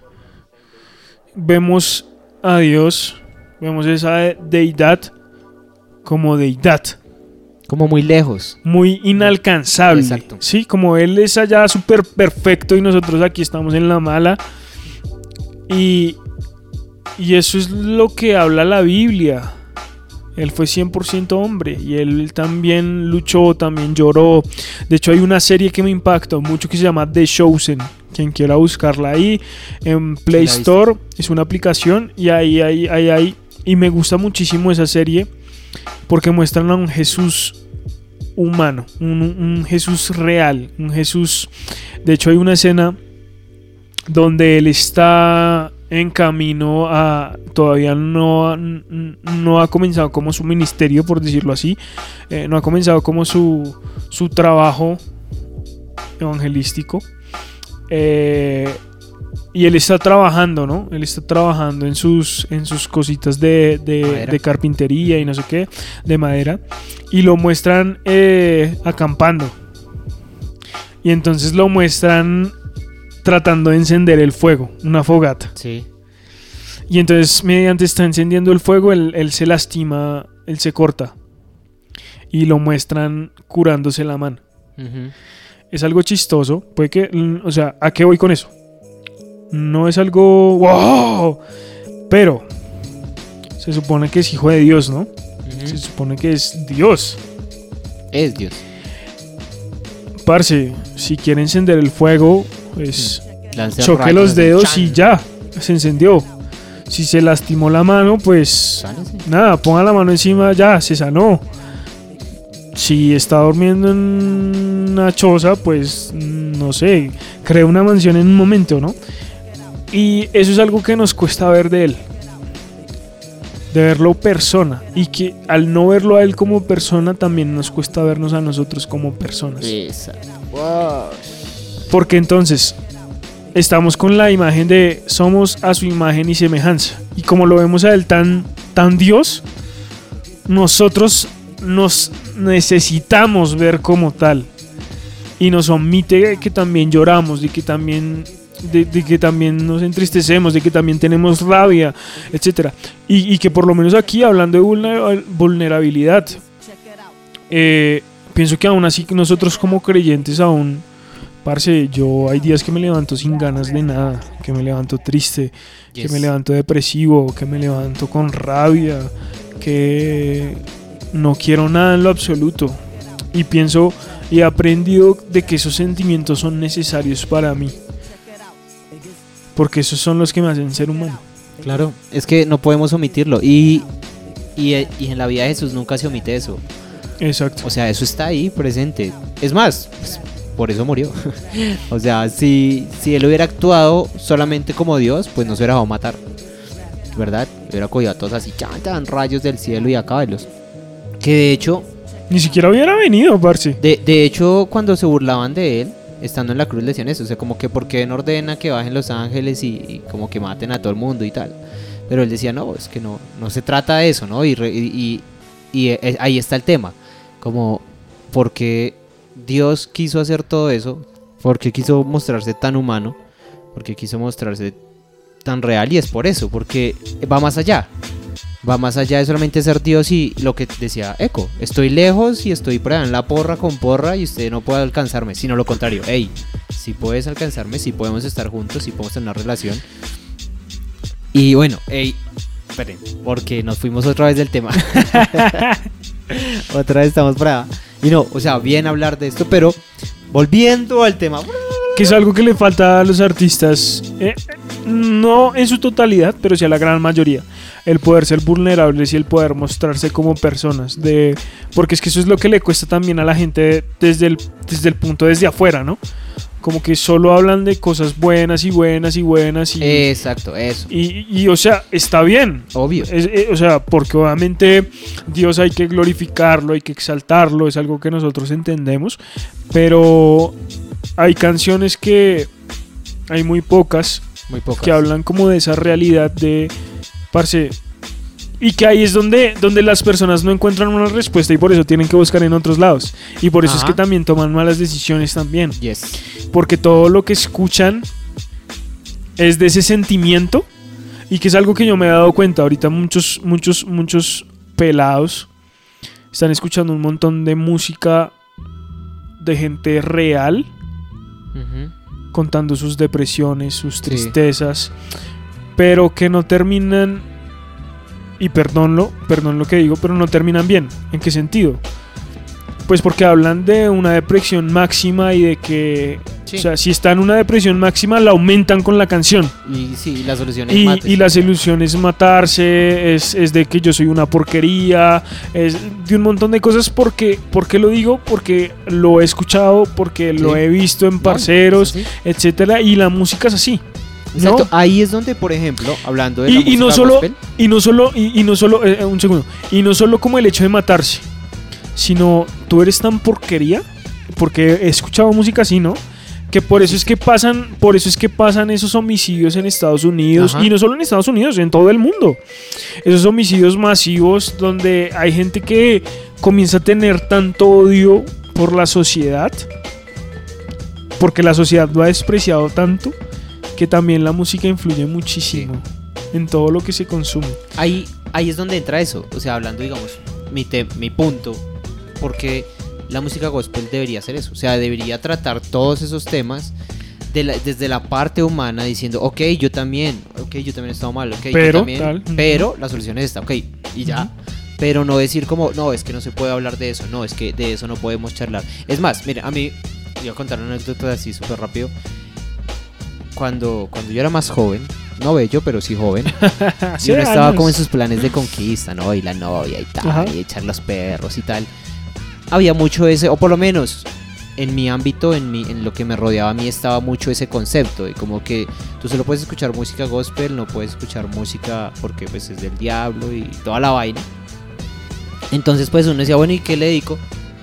vemos a Dios, vemos esa deidad como deidad, como muy lejos, muy inalcanzable. Exacto. Sí, como Él es allá súper perfecto y nosotros aquí estamos en la mala. Y eso es lo que habla la Biblia. Él fue 100% hombre y Él también luchó, también lloró. De hecho hay una serie que me impactó mucho que se llama The Chosen. Quien quiera buscarla ahí en Play Store, es una aplicación, y ahí y me gusta muchísimo esa serie porque muestran a un Jesús humano, un Jesús real, un Jesús. De hecho hay una escena donde Él está en camino a, todavía no ha comenzado como su ministerio, por decirlo así, no ha comenzado como su trabajo evangelístico, y Él está trabajando, ¿no? Él está trabajando en sus cositas de carpintería y no sé qué, de madera, y lo muestran acampando, y entonces lo muestran tratando de encender el fuego, una fogata. Sí. Y entonces, mediante está encendiendo el fuego, él se lastima, él se corta. Y lo muestran curándose la mano. Uh-huh. Es algo chistoso. Puede que, o sea, ¿a qué voy con eso? No es algo wow, pero se supone que es hijo de Dios, ¿no? Uh-huh. Se supone que es Dios. Es Dios. Parce, si quiere encender el fuego, pues choque rayos, los dedos chan. y ya, se encendió. Si se lastimó la mano, pues Sánese. nada, ponga la mano encima, ya, se sanó. Si está durmiendo en una choza, pues no sé, crea una mansión en un momento, ¿no? Y eso es algo que nos cuesta ver de Él, de verlo persona, y que al no verlo a Él como persona, también nos cuesta vernos a nosotros como personas. Exacto. Wow. Porque entonces estamos con la imagen de somos a su imagen y semejanza, y como lo vemos a Él tan Dios, nosotros nos necesitamos ver como tal, y nos omite que también lloramos, de que también nos entristecemos, de que también tenemos rabia, etcétera, y que por lo menos aquí, hablando de vulnerabilidad, pienso que aún así nosotros como creyentes aún, parce, yo hay días que me levanto sin ganas de nada, que me levanto triste, que me levanto depresivo, que me levanto con rabia, que no quiero nada en lo absoluto, y pienso y he aprendido de que esos sentimientos son necesarios para mí, porque esos son los que me hacen ser humano. Claro, es que no podemos omitirlo, y en la vida de Jesús nunca se omite eso. Exacto. O sea, eso está ahí presente. Es más, pues, por eso murió. O sea, si él hubiera actuado solamente como Dios, pues no se hubiera dejado matar, ¿verdad? Hubiera cogido a todos así, chantan rayos del cielo y acábelos. Que de hecho ni siquiera hubiera venido, parce. De hecho, cuando se burlaban de él, estando en la cruz, le decían eso. O sea, como que ¿por qué no ordena que bajen los ángeles y como que maten a todo el mundo y tal? Pero él decía, no, es que no se trata de eso, ¿no? Y ahí está el tema. Como, ¿por qué Dios quiso hacer todo eso? ¿Por qué quiso mostrarse tan humano? ¿Por qué quiso mostrarse tan real, y es por eso, porque va más allá. Va más allá de solamente ser Dios y lo que decía Eco. Estoy lejos y estoy por allá en la porra con porra y usted no puede alcanzarme, sino lo contrario. Ey, si puedes alcanzarme, si podemos estar juntos, si podemos tener una relación. Y bueno, ey, esperen, porque nos fuimos otra vez del tema. Otra vez estamos por allá. Y no, o sea, bien hablar de esto, pero volviendo al tema. Que es algo que le falta a los artistas, no en su totalidad, pero sí a la gran mayoría. El poder ser vulnerables y el poder mostrarse como personas. Porque es que eso es lo que le cuesta también a la gente desde el punto desde afuera, ¿no? Como que solo hablan de cosas buenas y buenas y buenas. Exacto, eso. Y o sea, está bien. Obvio. O sea, porque obviamente Dios hay que glorificarlo, hay que exaltarlo, es algo que nosotros entendemos. Pero hay canciones que hay muy pocas que hablan como de esa realidad de, parce, y que ahí es donde las personas no encuentran una respuesta y por eso tienen que buscar en otros lados. Y por eso es que también toman malas decisiones también. Yes. Porque todo lo que escuchan es de ese sentimiento, y que es algo que yo me he dado cuenta. Ahorita muchos pelados están escuchando un montón de música de gente real, contando sus depresiones, sus tristezas, pero que no terminan, y perdón lo que digo, pero no terminan bien. ¿En qué sentido? Pues porque hablan de una depresión máxima y de que, o sea, si está en una depresión máxima, la aumentan con la canción. Y sí, la solución es matarse. Y la solución es matarse, es de que yo soy una porquería, es de un montón de cosas. ¿Por qué lo digo? Porque lo he escuchado, porque lo he visto en parceros, etcétera, y la música es así. Exacto, ¿no? ahí es donde, por ejemplo, hablando de la música gospel, y no solo como el hecho de matarse, sino tú eres tan porquería, porque he escuchado música así, ¿no? Que por eso es que pasan esos homicidios en Estados Unidos. Ajá. Y no solo en Estados Unidos, en todo el mundo. Esos homicidios masivos donde hay gente que comienza a tener tanto odio por la sociedad, porque la sociedad lo ha despreciado tanto, que también la música influye muchísimo en todo lo que se consume. Ahí es donde entra eso. O sea, hablando, digamos, mi punto, porque la música gospel debería hacer eso. O sea, debería tratar todos esos temas desde la parte humana, diciendo, ok, yo también he estado mal, pero la solución es esta, ok, y ya. Pero no decir como, no, es que no se puede hablar de eso, no, es que de eso no podemos charlar. Es más, mire, a mí, voy a contar una anécdota así súper rápido. Cuando yo era más joven, no bello, pero sí joven, y uno estaba como en sus planes de conquista, ¿no? Y la novia y tal, Ajá. y echar los perros y tal. Había mucho ese, o por lo menos en mi ámbito, en lo que me rodeaba a mí, estaba mucho ese concepto de como que tú solo puedes escuchar música gospel, no puedes escuchar música porque pues es del diablo y toda la vaina. Entonces pues uno decía, bueno, ¿y qué le dedico?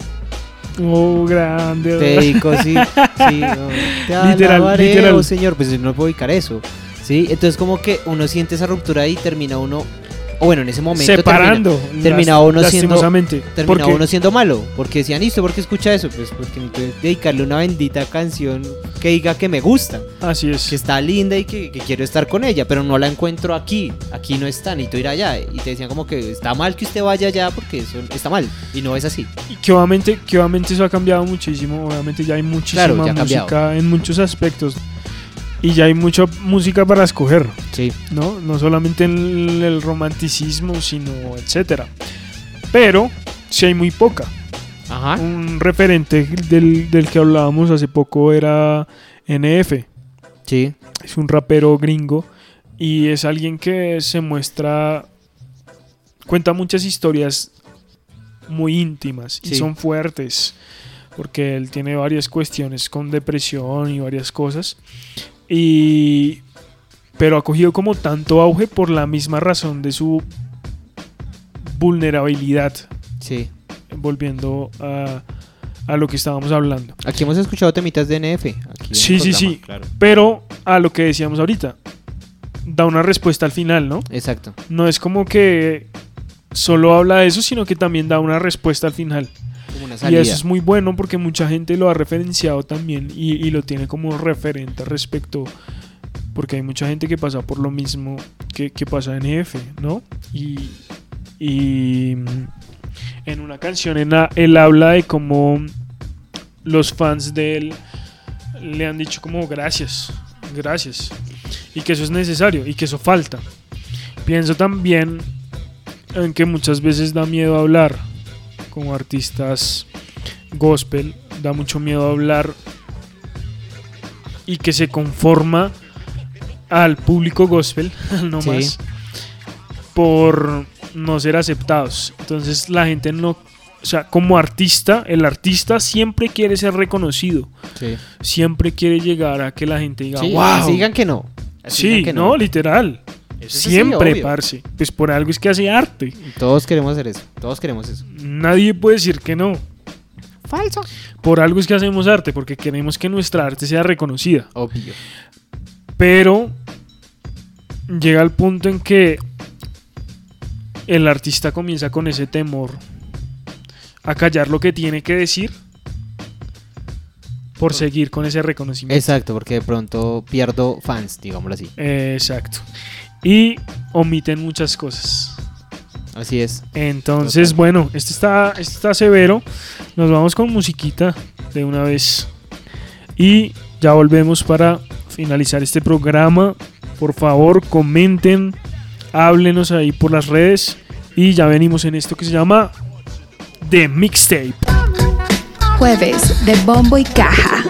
Oh, grande. Te dedico, sí, no, te alabaré, oh, señor, pues no puedo dedicar eso, ¿sí? Entonces como que uno siente esa ruptura y termina uno, o bueno, en ese momento separando, terminaba uno siendo malo, porque decían, ¿listo? ¿Por qué escucha eso? Pues porque necesito dedicarle una bendita canción que diga que me gusta. Así es. Que está linda y que quiero estar con ella, pero no la encuentro aquí no está, necesito ir allá. Y te decían como que está mal que usted vaya allá porque eso está mal, y no es así. Y que obviamente eso ha cambiado muchísimo, obviamente ya hay muchísima música en muchos aspectos. Y ya hay mucha música para escoger, sí. No solamente en el romanticismo, sino etcétera. Pero sí hay muy poca. Ajá. Un referente del que hablábamos hace poco era NF. Sí. Es un rapero gringo y es alguien que cuenta muchas historias muy íntimas y son fuertes, porque él tiene varias cuestiones con depresión y varias cosas. Pero ha cogido como tanto auge por la misma razón de su vulnerabilidad. Sí. Volviendo a lo que estábamos hablando. Aquí hemos escuchado temitas de NF. Sí. Claro. Pero a lo que decíamos ahorita, da una respuesta al final, ¿no? Exacto. No es como que solo habla de eso, sino que también da una respuesta al final. Y eso es muy bueno porque mucha gente lo ha referenciado también y lo tiene como referente respecto porque hay mucha gente que pasa por lo mismo que pasa en EF, ¿no? Y en una canción él habla de cómo los fans de él le han dicho como gracias, y que eso es necesario y que eso falta. Pienso también en que muchas veces da miedo hablar como artistas gospel, da mucho miedo hablar y que se conforma al público gospel, no Sí. más, por no ser aceptados. Entonces la gente no, o sea, como artista, el artista siempre quiere ser reconocido, Sí. siempre quiere llegar a que la gente diga, Sí, wow. así digan que no. Así Sí, digan que no, literal. Eso es así, Siempre, obvio. parce. Pues por algo es que hace arte. Todos queremos hacer eso. Todos queremos eso. Nadie puede decir que no. Falso. Por algo es que hacemos arte, porque queremos que nuestra arte sea reconocida. Obvio. Pero llega el punto en que el artista comienza con ese temor a callar lo que tiene que decir por seguir con ese reconocimiento. Exacto, porque de pronto pierdo fans, digámoslo así. Exacto. Y omiten muchas cosas. Así es. Entonces, bueno, este está severo. Nos vamos con musiquita de una vez. Y ya volvemos para finalizar este programa. Por favor, comenten, háblenos ahí por las redes. Y ya venimos en esto que se llama The Mixtape. Jueves de Bombo y Caja.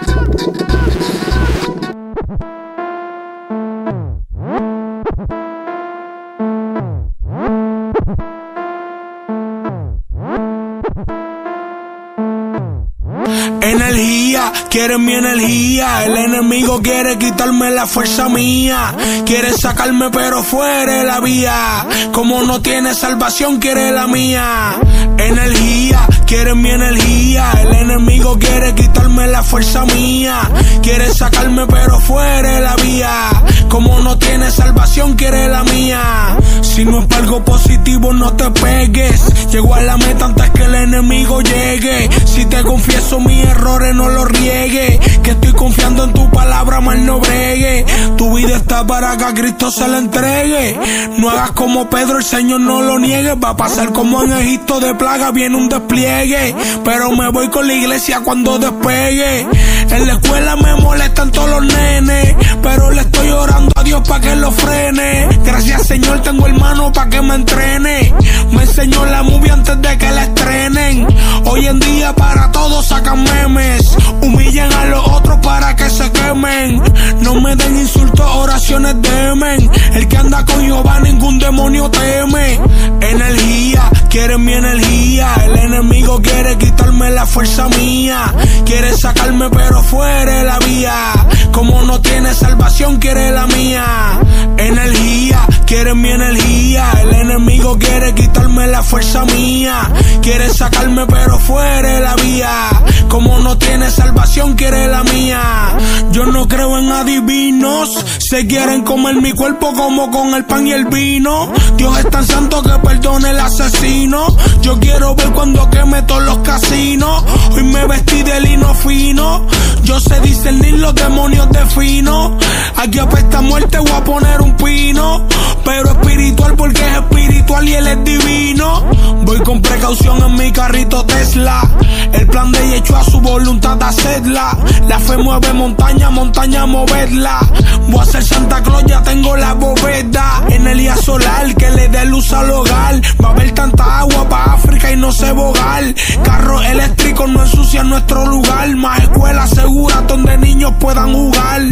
Energía, quieren mi energía. El enemigo quiere quitarme la fuerza mía. Quiere sacarme pero fuera de la vía. Como no tiene salvación, quiere la mía. Energía, quieren mi energía. El enemigo quiere quitarme la fuerza mía. Quiere sacarme pero fuera de la vía. Como no tiene salvación, quiere la mía. Si no es para algo positivo, no te pegues. Llego a la meta antes que el enemigo llegue. Si te confieso mis errores, no los riegue. Que estoy confiando en tu palabra, mal no bregue. Tu vida está para que a Cristo se la entregue. No hagas como Pedro, el Señor no lo niegue. Va a pasar como en Egipto de plaga, viene un despliegue. Pero me voy con la iglesia cuando despegue. En la escuela me molestan todos los nenes, pero le estoy orando a Dios para que lo frene. Gracias Señor, tengo hermano para que me entrene. Me enseñó la movie antes de que la estrenen. Hoy en día para todos sacan memes. Humillen a los otros para que se quemen. No me den insultos, oraciones temen. El que anda con Jehová ningún demonio teme. Energía, quieren mi energía. El enemigo quiere quitarme la fuerza mía. Quiere sacarme pero fuera de la vía. Como no tiene salvación, quiere la mía. Energía, quieren mi energía. El enemigo quiere quitarme la fuerza mía. Quiere sacarme pero fuera de la vía. Como no tiene salvación, quiere la mía. Yo no creo en adivinos. Se quieren comer mi cuerpo como con el pan y el vino. Dios es tan santo que perdone el asesino. Yo quiero ver cuando queme todos los casinos. Hoy me vestí de lino fino. Yo sé discernir los demonios de fino. Aquí apesta muerte, voy a poner un pino. Pero espiritual porque es espiritual y él es divino. Voy con precaución en mi carrito Tesla. El plan de ella hecho a su voluntad de hacerla. La fe mueve montaña, montaña moverla. Voy a ser Santa Claus, ya tengo la bóveda. Energía solar que le dé luz al hogar. Va a haber tanta agua para África y no se bogar. Carros eléctricos no ensucian nuestro lugar. Más escuelas seguras donde niños puedan jugar.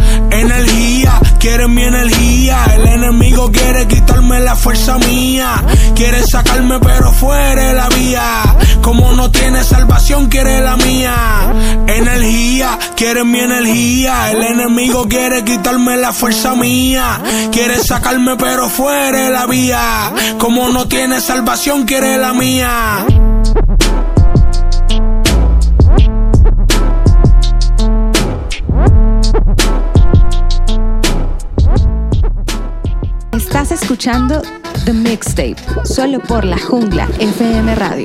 Energía, quieren mi energía. El enemigo quiere quitarme la fuerza mía. Quiere sacarme pero fuera de la vía. Como no tiene salvación, quiere la mía. Energía, quieren mi energía. El enemigo quiere quitarme la fuerza mía. Quiere sacarme pero fuera de la vía. Como no tiene salvación, quiere la mía. Estás escuchando The Mixtape, solo por La Jungla FM Radio.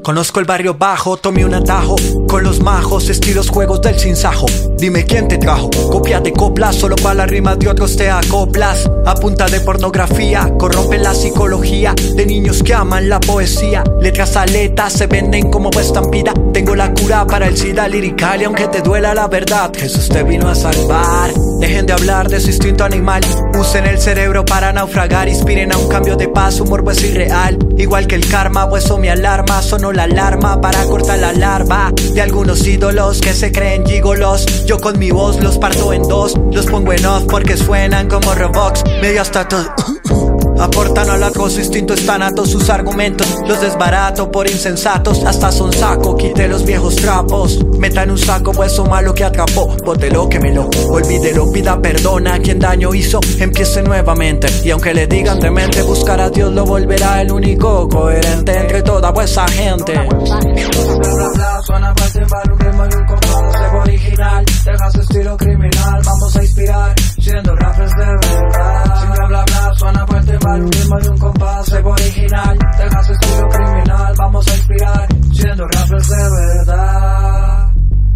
Conozco el barrio bajo, tomé un atajo con los majos, estilos juegos del sinsajo. Dime quién te trajo, copia de coplas, solo para las rimas de otros te acoplas. A punta de pornografía, corrompe la psicología de niños que aman la poesía. Letras aletas se venden como estampida. Tengo la cura para el SIDA lirical y aunque te duela la verdad, Jesús te vino a salvar. Dejen de hablar de su instinto animal, usen el cerebro para naufragar, inspiren a un cambio de paz, su morbo es irreal. Igual que el karma, pues eso me alarma, sonó la alarma para cortar la larva de algunos ídolos que se creen gigolos. Yo con mi voz los parto en dos, los pongo en off porque suenan como Roblox, medio hasta todo. Aportan al acoso, instinto están atos sus argumentos. Los desbarato por insensatos, hasta son saco, quité los viejos trapos. Meta en un saco hueso malo que atrapó. Bótelo, quémelo, olvídelo, pida perdón a quien daño hizo. Empiece nuevamente, y aunque le digan demente, buscar a Dios lo volverá el único coherente entre toda esa gente. Suena para timbar un ritmo y un compás original. Deja su estilo criminal, vamos a inspirar siendo rappers de verdad. Sin bla bla bla, suena para timbar un ritmo y un compás original. Deja su estilo criminal, vamos a inspirar siendo rappers de verdad.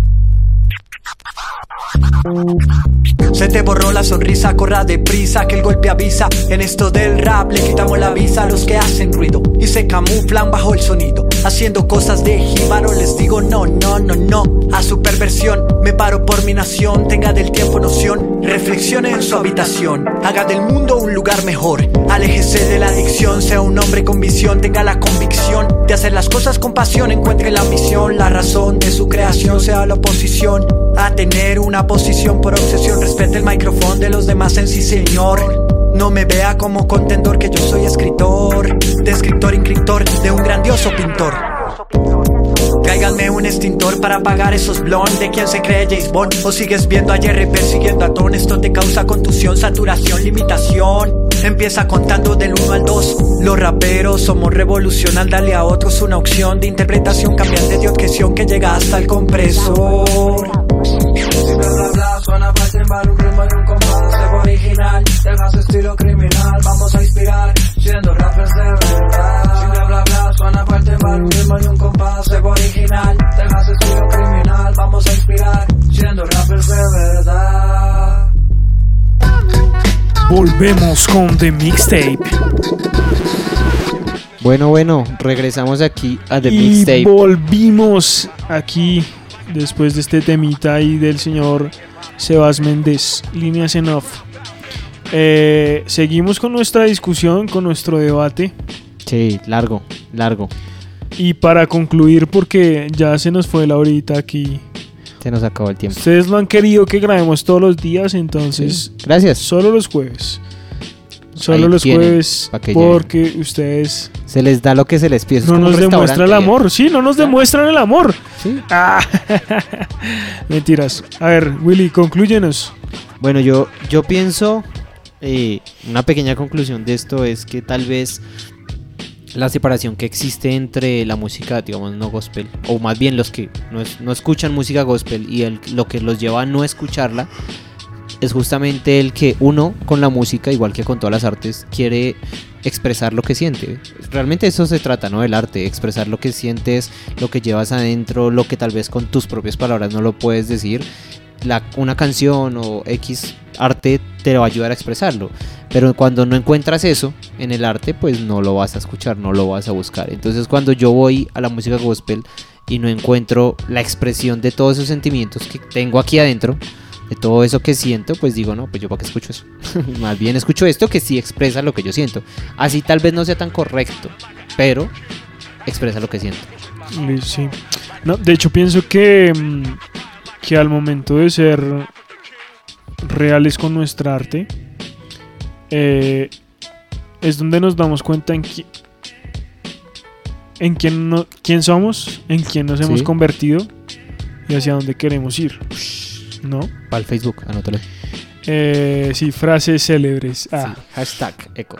Se te borró la sonrisa, corra deprisa, que el golpe avisa. En esto del rap le quitamos la visa a los que hacen ruido y se camuflan bajo el sonido, haciendo cosas de jíbaro. Les digo no, no, no, no a su perversión. Me paro por mi nación, tenga del tiempo noción. Reflexione en su habitación, haga del mundo un lugar mejor. Aléjese de la adicción, sea un hombre con visión. Tenga la convicción de hacer las cosas con pasión. Encuentre la misión, la razón de su creación. Sea la oposición a tener una posición por obsesión. Respete el micrófono de los demás en sí señor. No me vea como contendor, que yo soy escritor, de escritor inscriptor, de un grandioso pintor. Tráiganme un extintor para apagar esos blondes. ¿De quién se cree James Bond? ¿O sigues viendo a Jerry persiguiendo a Ton? Esto te causa contusión, saturación, limitación. Empieza contando del 1 al 2. Los raperos somos revolución al darle a otros una opción de interpretación cambiante de objeción que llega hasta el compresor. Si bla bla bla, suena para timbar un ritmo y un compás original. Deja su estilo criminal, vamos a inspirar siendo rappers de verdad. Si bla bla bla, suena para timbar un ritmo y un compás original. Deja su estilo criminal, vamos a inspirar siendo rappers de verdad. Volvemos con The Mixtape. Bueno, regresamos aquí a The Y Mixtape. volvimos aquí después de este temita ahí del señor Sebas Méndez, líneas en off. Seguimos con nuestra discusión, con nuestro debate. Sí, largo. Y para concluir, porque ya se nos fue la horita aquí. Se nos acabó el tiempo. Ustedes lo han querido que grabemos todos los días, entonces. Sí, gracias. Solo los jueves. Solo Ahí los tienen, jueves, porque lleguen. Ustedes se les da lo que se les pide. No nos demuestran el amor. Sí, no nos demuestran el amor. ¿Sí? Mentiras. A ver, Willy, conclúyenos. Bueno, yo pienso, una pequeña conclusión de esto es que tal vez la separación que existe entre la música, digamos, no gospel, o más bien los que no escuchan música gospel y lo que los lleva a no escucharla, es justamente el que uno con la música, igual que con todas las artes, quiere expresar lo que siente. Realmente eso se trata, ¿no? El arte, expresar lo que sientes, lo que llevas adentro, lo que tal vez con tus propias palabras no lo puedes decir. Una canción o X arte te va a ayudar a expresarlo, pero cuando no encuentras eso en el arte, pues no lo vas a escuchar, no lo vas a buscar. Entonces cuando yo voy a la música gospel y no encuentro la expresión de todos esos sentimientos que tengo aquí adentro, de todo eso que siento, pues digo, no, pues yo para qué escucho eso. Más bien escucho esto que sí expresa lo que yo siento. Así tal vez no sea tan correcto, pero expresa lo que siento. Sí. No, de hecho pienso que al momento de ser reales con nuestra arte, es donde nos damos cuenta en quién somos, en quién nos hemos convertido y hacia dónde queremos ir, ¿no? Para el Facebook, anótalo. Sí, frases célebres. Sí, hashtag eco.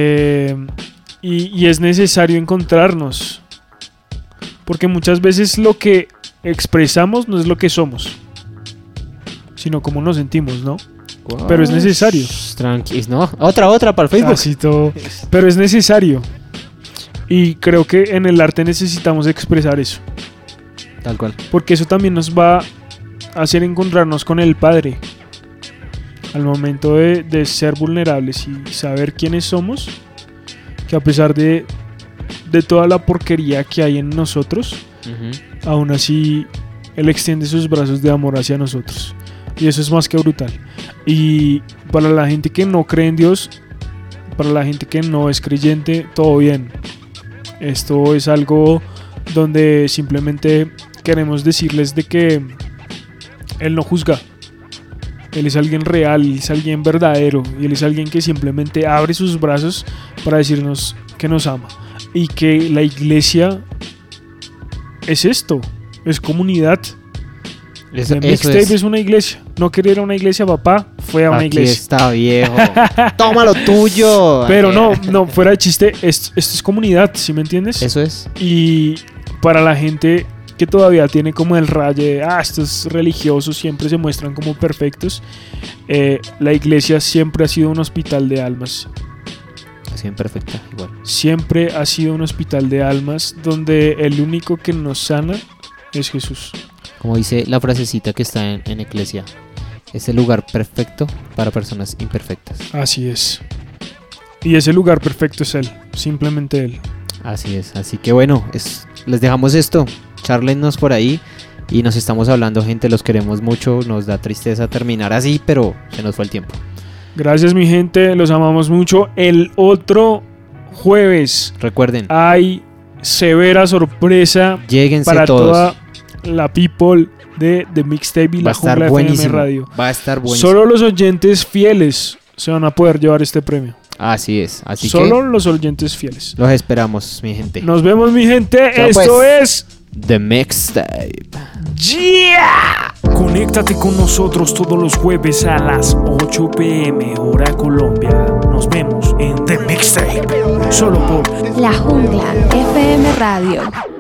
Y es necesario encontrarnos, porque muchas veces lo que expresamos no es lo que somos, sino cómo nos sentimos, ¿no? Wow. Pero es necesario. Tranquis, ¿no? Otra para el Facebook. Así todo. Pero es necesario. Y creo que en el arte necesitamos expresar eso. Tal cual. Porque eso también nos va a hacer encontrarnos con el Padre. Al momento de ser vulnerables y saber quiénes somos, que a pesar de toda la porquería que hay en nosotros, aún así Él extiende sus brazos de amor hacia nosotros. Y eso es más que brutal. Y para la gente que no cree en Dios, para la gente que no es creyente, todo bien. Esto es algo donde simplemente queremos decirles de que Él no juzga. Él es alguien real, Él es alguien verdadero, y Él es alguien que simplemente abre sus brazos para decirnos que nos ama. Y que la iglesia es esto, es comunidad. The Mixtape es una iglesia. No quería ir a una iglesia, papá, fue a una iglesia. Aquí está, viejo. Toma lo tuyo. Pero no, fuera de chiste, esto es comunidad, ¿sí me entiendes? Eso es. Y para la gente que todavía tiene como el raye de estos religiosos siempre se muestran como perfectos, la iglesia siempre ha sido un hospital de almas. Siempre perfecta, igual. Siempre ha sido un hospital de almas donde el único que nos sana es Jesús. Como dice la frasecita que está en Eclesia, es el lugar perfecto para personas imperfectas. Así es. Y ese lugar perfecto es Él, simplemente Él. Así es, así que bueno, les dejamos esto. Chárlennos por ahí y nos estamos hablando, gente, los queremos mucho. Nos da tristeza terminar así, pero se nos fue el tiempo. Gracias, mi gente, los amamos mucho. El otro jueves, recuerden, hay severa sorpresa. Lléguense para todos. Toda la people de The Mixtape y la Jungla FM Radio. Va a estar buenísimo. Solo los oyentes fieles se van a poder llevar este premio. Así es, así solo los oyentes fieles. Los esperamos, mi gente. Nos vemos, mi gente. Chao, esto pues. es The Mixtape. Yeah. Conéctate con nosotros todos los jueves a las 8 p.m. hora Colombia. Nos vemos en The Mixtape. Solo por La Jungla FM Radio.